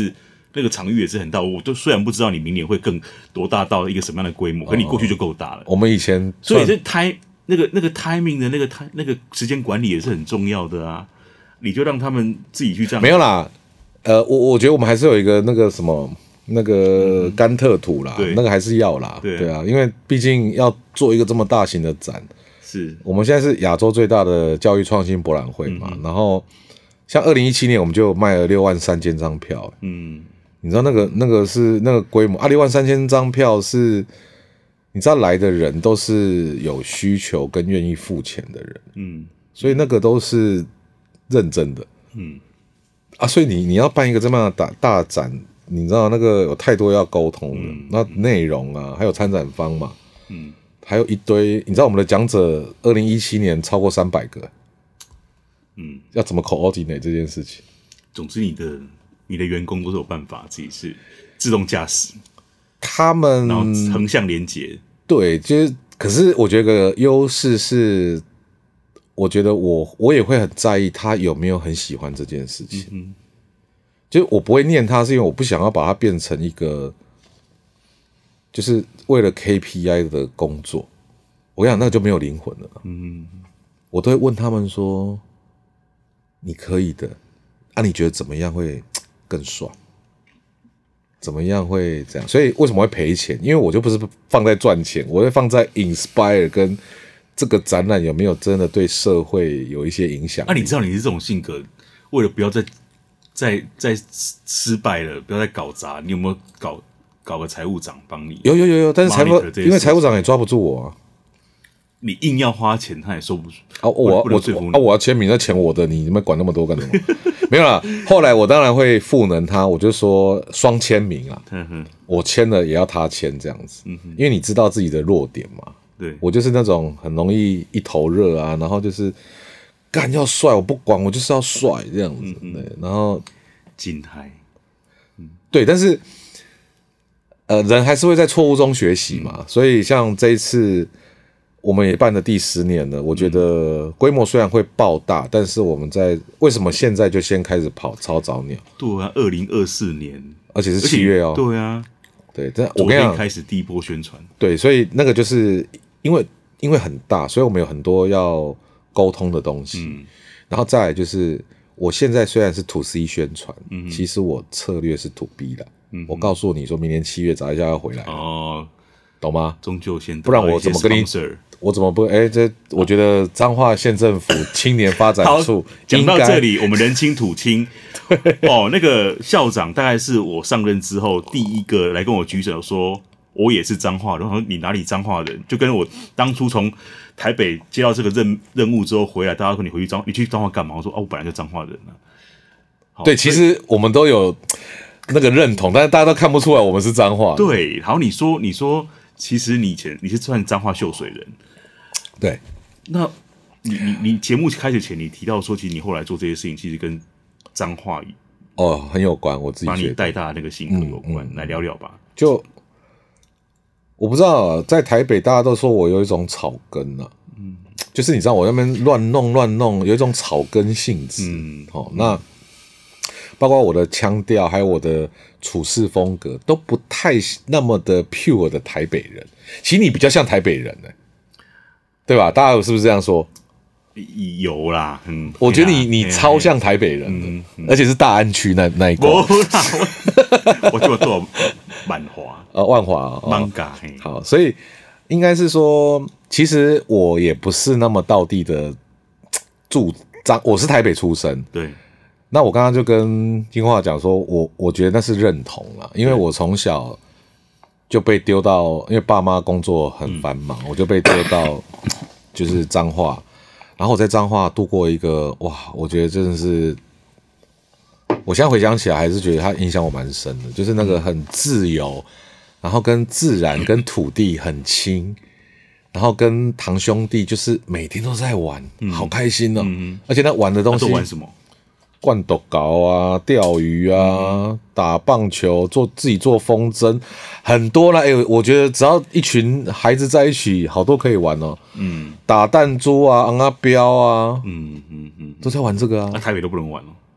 那个场域也是很大。我都虽然不知道你明年会更多大到一个什么样的规模，可你过去就够大了。 我们以前所以这那个 timing 的那个时间管理也是很重要的啊。你就让他们自己去这样。 没有啦，我觉得我们还是有一个那个什么那个甘特图啦，那个还是要啦，对啊，因为毕竟要做一个这么大型的展。 是我们现在是亚洲最大的教育创新博览会嘛，然后像2017年我们就卖了63000张票，你知道那个是那个规模，63000张票是，你知道来的人都是有需求跟愿意付钱的人，所以那个都是认真的，所以你要办一个这么样的大展，你知道那个有太多要沟通的，那内容啊，还有参展方嘛，还有一堆，你知道我们的讲者2017年超过300个，要怎么 coordinate 这件事情？ 总之你的员工都是有办法自己是自动驾驶， 他们然后横向连接， 对，就是可是我觉得优势是，我觉得我也会很在意他有没有很喜欢这件事情，就是我不会念他，是因为我不想要把它变成一个。就是为了 KPI 的工作，我跟你讲，那个就没有灵魂了。我都会问他们说：“你可以的，你觉得怎么样会更爽？怎么样会这样？”所以为什么会赔钱？因为我就不是放在赚钱，我会放在 inspire 跟这个展览有没有真的对社会有一些影响。 你知道你是这种性格，为了不要再失败了，不要再搞砸，你有没有搞个财务长帮你？ 有，但是因为财务长也抓不住我啊。 你硬要花钱，他也收不住啊！我要签名，那钱我的，你们管那么多干什么？没有啦。后来我当然会赋能他，我就说双签名啊，我签了也要他签这样子，因为你知道自己的弱点嘛。 对， 我就是那种很容易一头热啊，然后就是干要帅，我不管，我就是要帅这样子。对，然后金嗨， 对，但是。人还是会在错误中学习嘛，所以像这一次我们也办了第10年了，我觉得规模虽然会爆大，但是我们为什么现在就先开始跑超早鸟？ 对啊，2024年， 而且是7月哦。 对啊， 对，但我跟你讲， 开始第一波宣传。 对，所以那个就是因为很大，所以我们有很多要沟通的东西，然后再来就是我现在虽然是 to C 宣传，其实我策略是 to B 的。我告诉你说明年7月找一下要回来哦，懂吗？ 终究先， 不然我怎么跟你？我怎么不？这我觉得彰化县政府青年发展处讲到这里，我们人亲土亲那个校长大概是我上任之后第一个来跟我举手说，我也是彰化人。然后你哪里彰化人？就跟我当初从台北接到这个任务之后回来，大家说你回去你去彰化干嘛？我说我本来就彰化人啊。 对，其实我们都有。那个认同，但是大家都看不出来我们是彰化。 对，好，你说，其实你是算彰化秀水人， 对。 那你节目开始前，你提到说，其实你后来做这些事情，其实跟彰化很有关，我自己觉得把你带大那个性格有关，来聊聊吧。 就我不知道，在台北大家都说我有一种草根啊，就是你知道我那边乱弄，有一种草根性质，那。包括我的腔调，还有我的处事风格，都不太那么的 pure 的台北人。其实你比较像台北人对吧？大家是不是这样说？ 有啦， 我觉得你超像台北人的，而且是大安区那一块。 我就做万华万华 Manga 好，所以应该是说，其实我也不是那么道地的我是台北出生， 对。 那我刚刚就跟金华讲说，我觉得那是认同啦，因为我从小就被丢到，因为爸妈工作很繁忙，我就被丢到就是彰化，然后我在彰化度过一个我觉得真的是，我现在回想起来还是觉得它影响我蛮深的，就是那个很自由，然后跟自然跟土地很亲，然后跟堂兄弟就是每天都在玩，好开心哦，而且那玩的东西都玩什么？ 灌斗高啊，钓鱼啊，打棒球，自己做风筝，很多啦。我觉得只要一群孩子在一起，好多可以玩哦。打弹珠啊，昂啊标啊，都在玩这个啊。 台北都不能玩哦。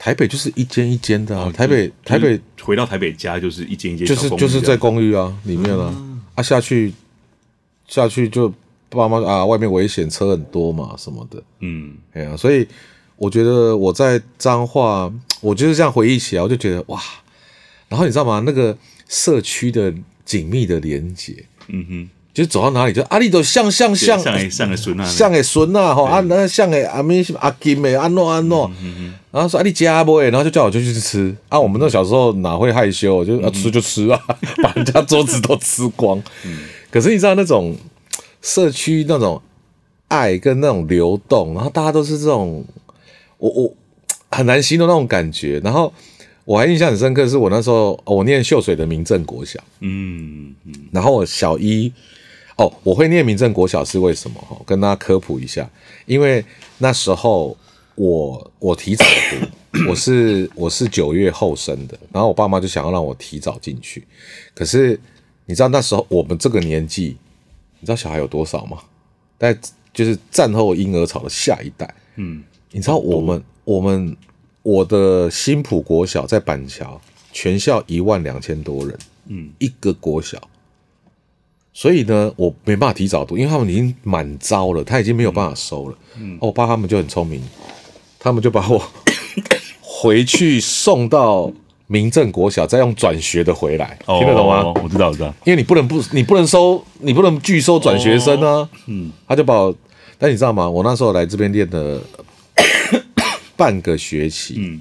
台北就是一间一间的啊，台北回到台北家就是一间一间就是在公寓啊里面啊，下去就爸妈啊外面危险，车很多嘛什么的，哎呀，所以我觉得我在彰化，我就是这样回忆起来，我就觉得哇，然后你知道吗？那个社区的紧密的连结，就是走到哪里就你都像个孙啊，像个孙啊，那像个阿妹阿金的安诺，然后说你家不？然后就叫我就去吃啊。我们那小时候哪会害羞，就吃就吃啊，把人家桌子都吃光。可是你知道那种社区那种爱跟那种流动，然后大家都是这种，我很难形容那种感觉。然后我还印象很深刻，是我那时候我念秀水的民政国小，然后我小一。我会念民政国小是为什么？跟大家科普一下，因为那时候我提早读，我是9月后生的，然后我爸妈就想要让我提早进去。可是你知道那时候我们这个年纪，你知道小孩有多少吗？大概就是战后婴儿潮的下一代。你知道我的新埔国小在板桥，全校12000多人，一个国小。所以呢，我没办法提早读，因为他们已经满招了，他已经没有办法收了。我爸他们就很聪明，他们就把我回去送到民政国小，再用转学的回来，听得懂吗？ 我知道。 因为你不能拒收转学生啊。他就把我，但你知道吗？我那时候来这边练了半个学期，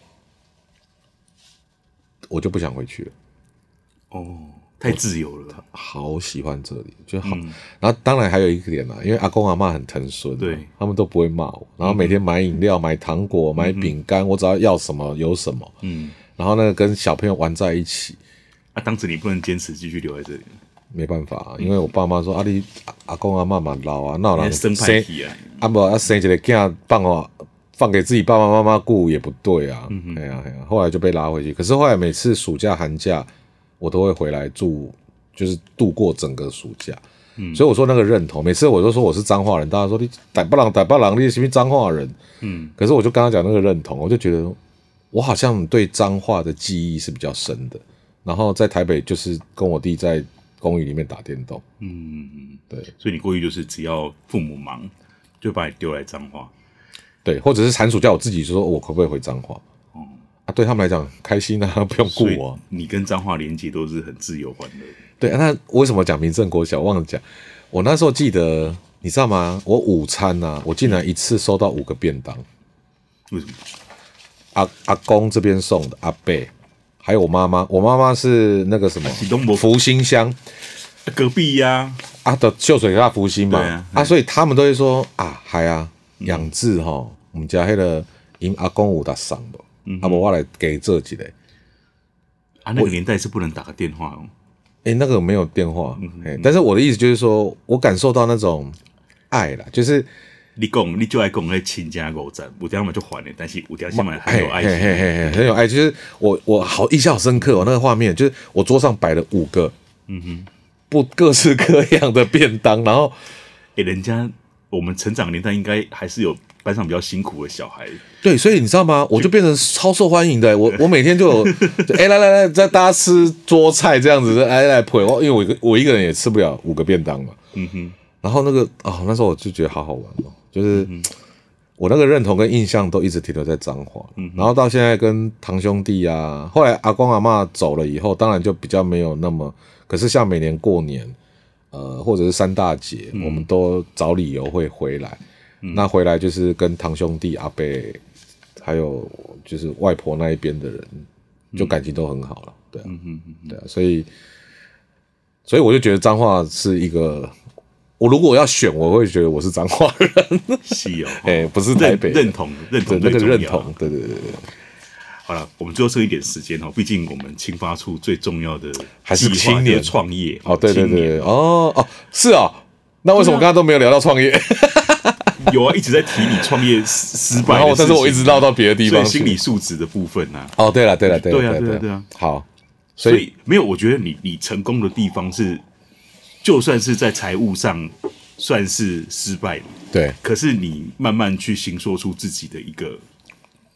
我就不想回去了。 太自由了， 好喜欢这里，就好。然后当然还有一个点啦，因为阿公阿嬷很疼孙，对，他们都不会骂我。然后每天买饮料、买糖果、买饼干，我只要什么有什么。然后呢，跟小朋友玩在一起。 当时你不能坚持继续留在这里， 没办法，因为我爸妈说你阿公阿嬷嘛老啊，那人生派系啊， 不生一个囝放给自己爸爸妈妈顾也不对啊。后来就被拉回去。可是后来每次暑假寒假，我都会回来住，就是度过整个暑假。所以我说那个认同，每次我都说我是彰化人，大家说你台北人，你是不是彰化人？可是我就跟他讲那个认同，我就觉得我好像对彰化的记忆是比较深的。然后在台北就是跟我弟在公寓里面打电动。对， 所以你过去就是只要父母忙，就把你丢来彰化。 对，或者是寒暑假我自己说我可不可以回彰化？对他们来讲开心啊，不用顾我。 你跟彰化连接都是很自由欢乐。 对啊，那为什么讲民政国小？忘了讲，我那时候记得，你知道吗？我午餐啊，我竟然一次收到5个便当。 为什么？ 阿公这边送的，阿伯，还有我妈妈。我妈妈是那个什么福兴乡隔壁呀。 的秀水大福兴嘛。所以他们都会说还养志哈，我们家那个因阿公有在送不？我来给这一个。 那个年代是不能打个电话那个没有电话。但是我的意思就是说，我感受到那种爱啦，就是你就爱讲那亲家5站，有点嘛就还了，但是有点起码很有爱心， 很有爱。就是我好印象好深刻那个画面，就是我桌上摆了5个，不各式各样的便当，然后人家我们成长年代应该还是有班上比较辛苦的小孩。 对，所以你知道吗？我就变成超受欢迎的。我每天就有来，在大家吃桌菜这样子，来陪我，因为我一个人也吃不了5个便当嘛。然后那时候我就觉得好好玩就是我那个认同跟印象都一直停留在彰化。然后到现在跟堂兄弟啊，后来阿公阿嬷走了以后，当然就比较没有那么。可是像每年过年，或者是3大节，我们都找理由会回来。那回来就是跟堂兄弟、阿伯，还有就是外婆那一边的人，就感情都很好了。对啊，对啊，所以我就觉得彰化是一个，我如果要选，我会觉得我是彰化人。 是哦， 不是台北认同那个认同，对。 好了，我们最后剩一点时间毕竟我们青发处最重要的还是青年创业。 对，是那为什么刚刚都没有聊到创业？ 有一直在提你创业失败的事情， 然后但是我一直绕到别的地方， 心理素质的部分对了，好， 所以没有，我觉得你成功的地方是，就算是在财务上算是失败的， 对， 可是你慢慢去形塑出自己的一个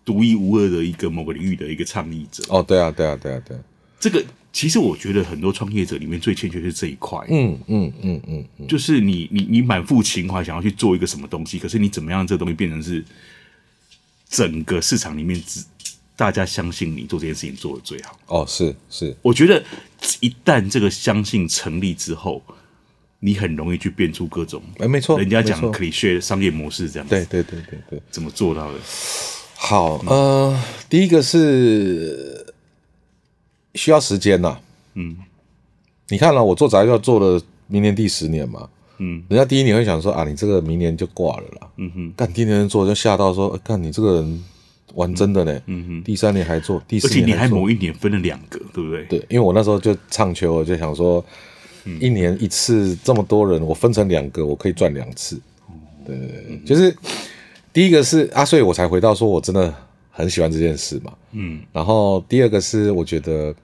独一无二的一个某个领域的一个倡议者。 哦，对啊， 这个其实我觉得很多创业者里面最欠缺的是这一块。就是你满腹情怀想要去做一个什么东西，可是你怎么样这个东西变成是整个市场里面大家相信你做这件事情做得最好。 哦，是， 我觉得一旦这个相信成立之后，你很容易去变出各种， 没错， 人家讲cliché商业模式这样子。 对， 怎么做到的？ 好，第一个是需要时间呐。你看了我做杂交做了明年第10年嘛。人家第一年会想说啊，你这个明年就挂了啦。干第2年做就吓到说，干你这个人玩真的呢。第3年还做，第4年还做， 而且你还某一年分了2个，对不对？ 对，因为我那时候就唱秋，我就想说，1年1次这么多人，我分成2个，我可以赚2次。对，就是第一个是啊，所以我才回到说我真的很喜欢这件事嘛。然后第二个是我觉得，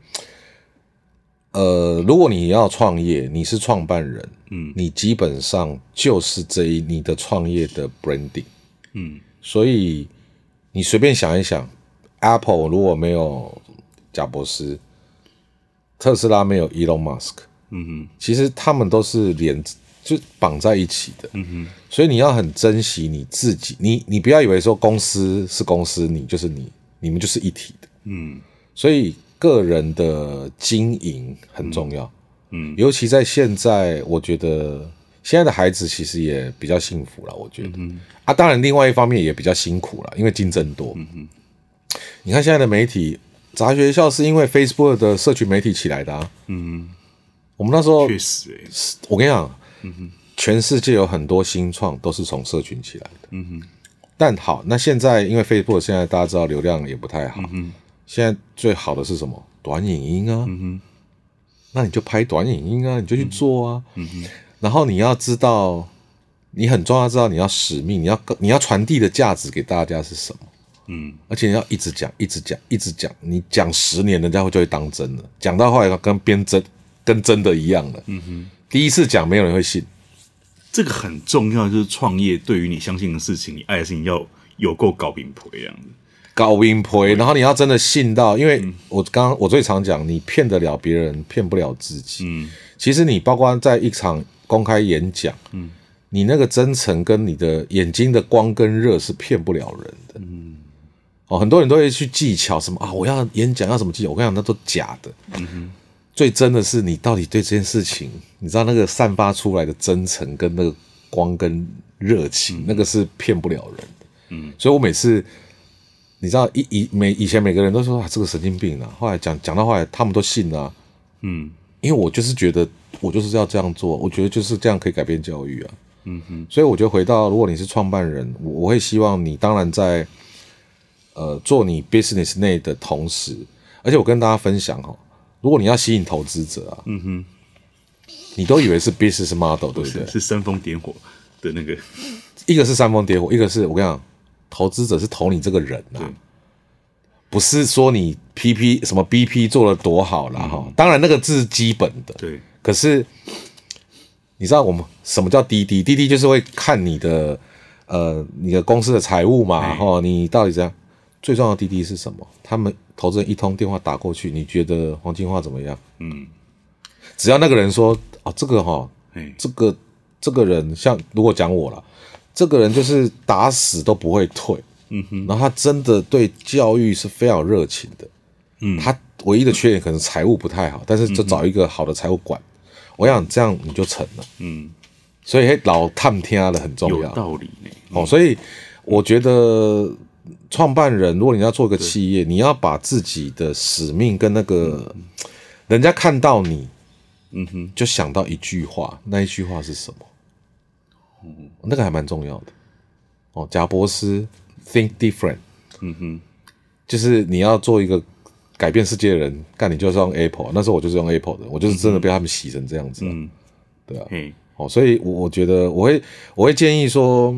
如果你要创业，你是创办人，你基本上就是你的创业的 branding。所以你随便想一想 ，Apple 如果没有贾伯斯，特斯拉没有 Elon Musk，其实他们都是就绑在一起的。所以你要很珍惜你自己，你不要以为说公司是公司，你就是你们就是一体的。所以个人的经营很重要。尤其在现在，我觉得现在的孩子其实也比较幸福了，我觉得。当然另外一方面也比较辛苦了，因为竞争多。你看现在的媒体，杂学校是因为 Facebook 的社群媒体起来的啊。我们那时候确实我跟你讲，全世界有很多新创都是从社群起来的。但好，那现在因为 Facebook 现在大家知道流量也不太好。现在最好的是什么？短影音啊。那你就拍短影音啊，你就去做啊。然后你要知道，你很重要知道你要使命，你要传递的价值给大家是什么。而且你要一直讲，你讲10年，人家就会当真了。讲到后来跟真的一样了。第一次讲没有人会信。 这个很重要，就是创业对于你相信的事情，你爱的事情要有够搞饼婆这样子。 搞饼婆，然后你要真的信到，因为我最常讲，你骗得了别人，骗不了自己。其实你包括在一场公开演讲，你那个真诚跟你的眼睛的光跟热是骗不了人的。很多人都会去技巧什么啊，我要演讲要什么技巧，我跟你讲那都假的。最真的是你到底对这件事情，你知道那个散发出来的真诚跟那个光跟热情，那个是骗不了人的。所以我每次。你知道以前每个人都说这个神经病啊，后来讲到后来他们都信啊。因为我就是觉得我就是要这样做，我觉得就是这样可以改变教育啊。所以我觉得回到如果你是创办人，我会希望你当然在做你 business 内的同时，而且我跟大家分享如果你要吸引投资者啊，你都以为是 business model 对不对？ 是煽风点火的那个， 一个是煽风点火，一个是我跟你讲。投资者是投你这个人啊，不是说你 PP 什么 BP 做的多好啦当然那个是基本的， 对。 可是你知道我们什么叫滴滴就是会看你的公司的财务嘛你到底怎样？最重要的滴滴是什么？他们投资人一通电话打过去，你觉得黄金花怎么样？只要那个人说这个这个人像如果讲我啦。这个人就是打死都不会退，然后他真的对教育是非常有热情的，他唯一的缺点可能财务不太好，但是就找一个好的财务管，我想这样你就成了，所以老探听的很重要， 有道理呢。 所以我觉得创办人如果你要做一个企业，你要把自己的使命跟那个人家看到你，就想到一句话，那一句话是什么？那个还蛮重要的贾伯斯 think different，就是你要做一个改变世界的人，干你就是用 Apple， 那时候我就是用 Apple 的，我就是真的被他们洗成这样子对啊，所以我觉得我会建议说，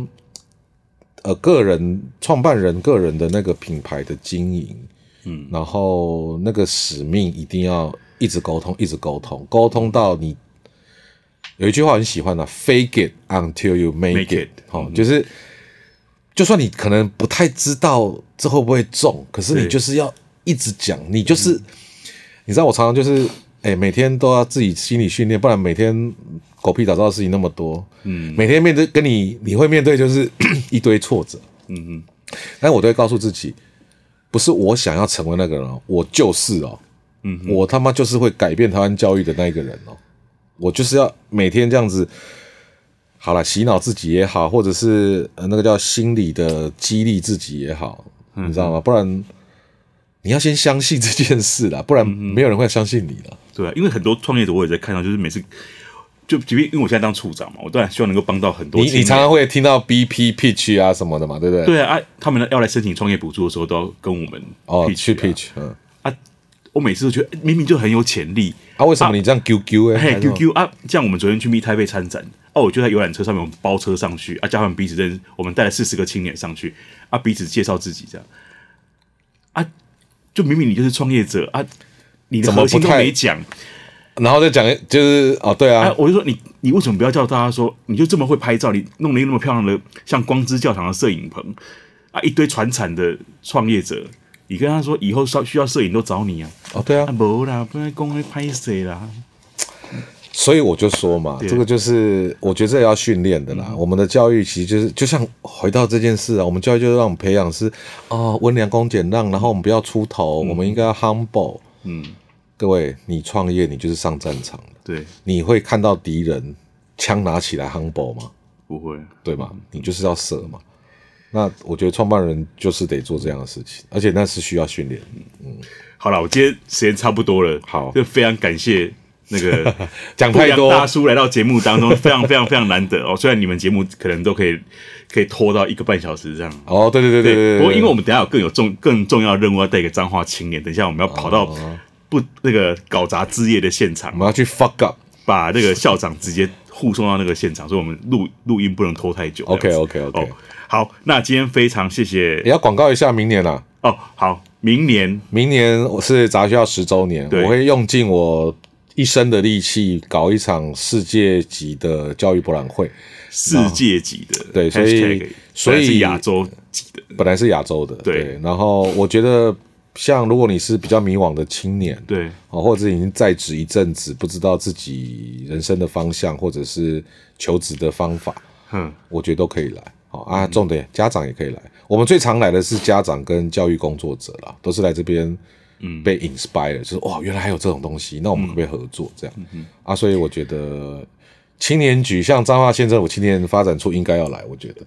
创办人个人的那个品牌的经营，然后那个使命一定要一直沟通到你。有一句话很喜欢的 ，fake it until you make it，就是就算你可能不太知道这会不会中，可是你就是要一直讲，你就是，你知道我常常就是，每天都要自己心理训练，不然每天狗屁倒灶的事情那么多，每天面对跟你会面对就是一堆挫折，但我都会告诉自己，不是我想要成为那个人哦，我就是哦，我他妈就是会改变台湾教育的那一个人哦，我就是要每天这样子。好了，洗脑自己也好，或者是那个叫心理的激励自己也好，你知道吗？不然你要先相信这件事啦，不然没有人会相信你了。 对啊，因为很多创业者我也在看到，就是每次就即便因为我现在当处长嘛，我当然希望能够帮到很多。 你常常会听到 BP pitch 啊什么的嘛，对不对？ 对啊，他们要来申请创业补助的时候，都要跟我们 pitch 去 pitch， 我每次都觉得明明就很有潜力啊，为什么你这样丢丢 QQ 啊，像我们昨天去密台北参展。我就在游览车上面，我们包车上去叫他们彼此认识，我们带了40个青年上去彼此介绍自己这样就明明你就是创业者你的核心都没讲， 然后再讲就是对啊， 我就说你为什么不要叫大家说你就这么会拍照，你弄了一个那么漂亮的像光之教堂的摄影棚一堆传产的创业者，你跟他说以后需要摄影都找你对啊， 没啦，不然公会拍谁啦。 所以我就说嘛，这个就是我觉得这也要训练的啦。我们的教育其实就是就像回到这件事我们教育就是让我们培养是温良恭俭让，然后我们不要出头，我们应该要 humble。各位，你创业你就是上战场的， 对， 你会看到敌人枪拿起来 humble 吗？ 不会， 对吗？你就是要射嘛。那我觉得创办人就是得做这样的事情，而且那是需要训练。 好了，我今天时间差不多了， 好， 就非常感谢。那个讲太多大叔来到节目当中，非常非常非常难得虽然你们节目可能都可以拖到1个半小时这样。 对。 不过因为我们等一下有更重要的任务要带一个彰化青年，等一下我们要跑到那个搞砸之夜的现场， 我们要去 fuck up， 把那个校长直接护送到那个现场，所以我们录音不能拖太久。 OK。 好，那今天非常谢谢。 你要广告一下明年啦。 好，明年我是杂学校10周年，我会用尽我一生的力气搞一场世界级的教育博览会， 世界级的， 对，所以是亚洲级的， 本来是亚洲的，对。然后我觉得，像如果你是比较迷惘的青年， 对， 或者已经在职一阵子，不知道自己人生的方向，或者是求职的方法，我觉得都可以来。重点家长也可以来。我们最常来的是家长跟教育工作者啦，都是来这边。被 inspire 就是原来还有这种东西，那我们可不可以合作这样？所以我觉得青年局像彰化县政府青年发展处应该要来，我觉得。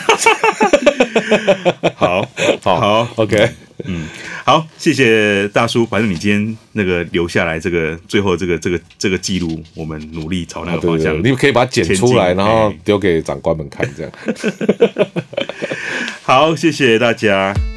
好 ，OK， 好，谢谢大叔。反正你今天那个留下来这个最后这个记录，我们努力朝那个方向。 对，你可以把它剪出来，然后丢给长官们看，这样。 好，谢谢大家。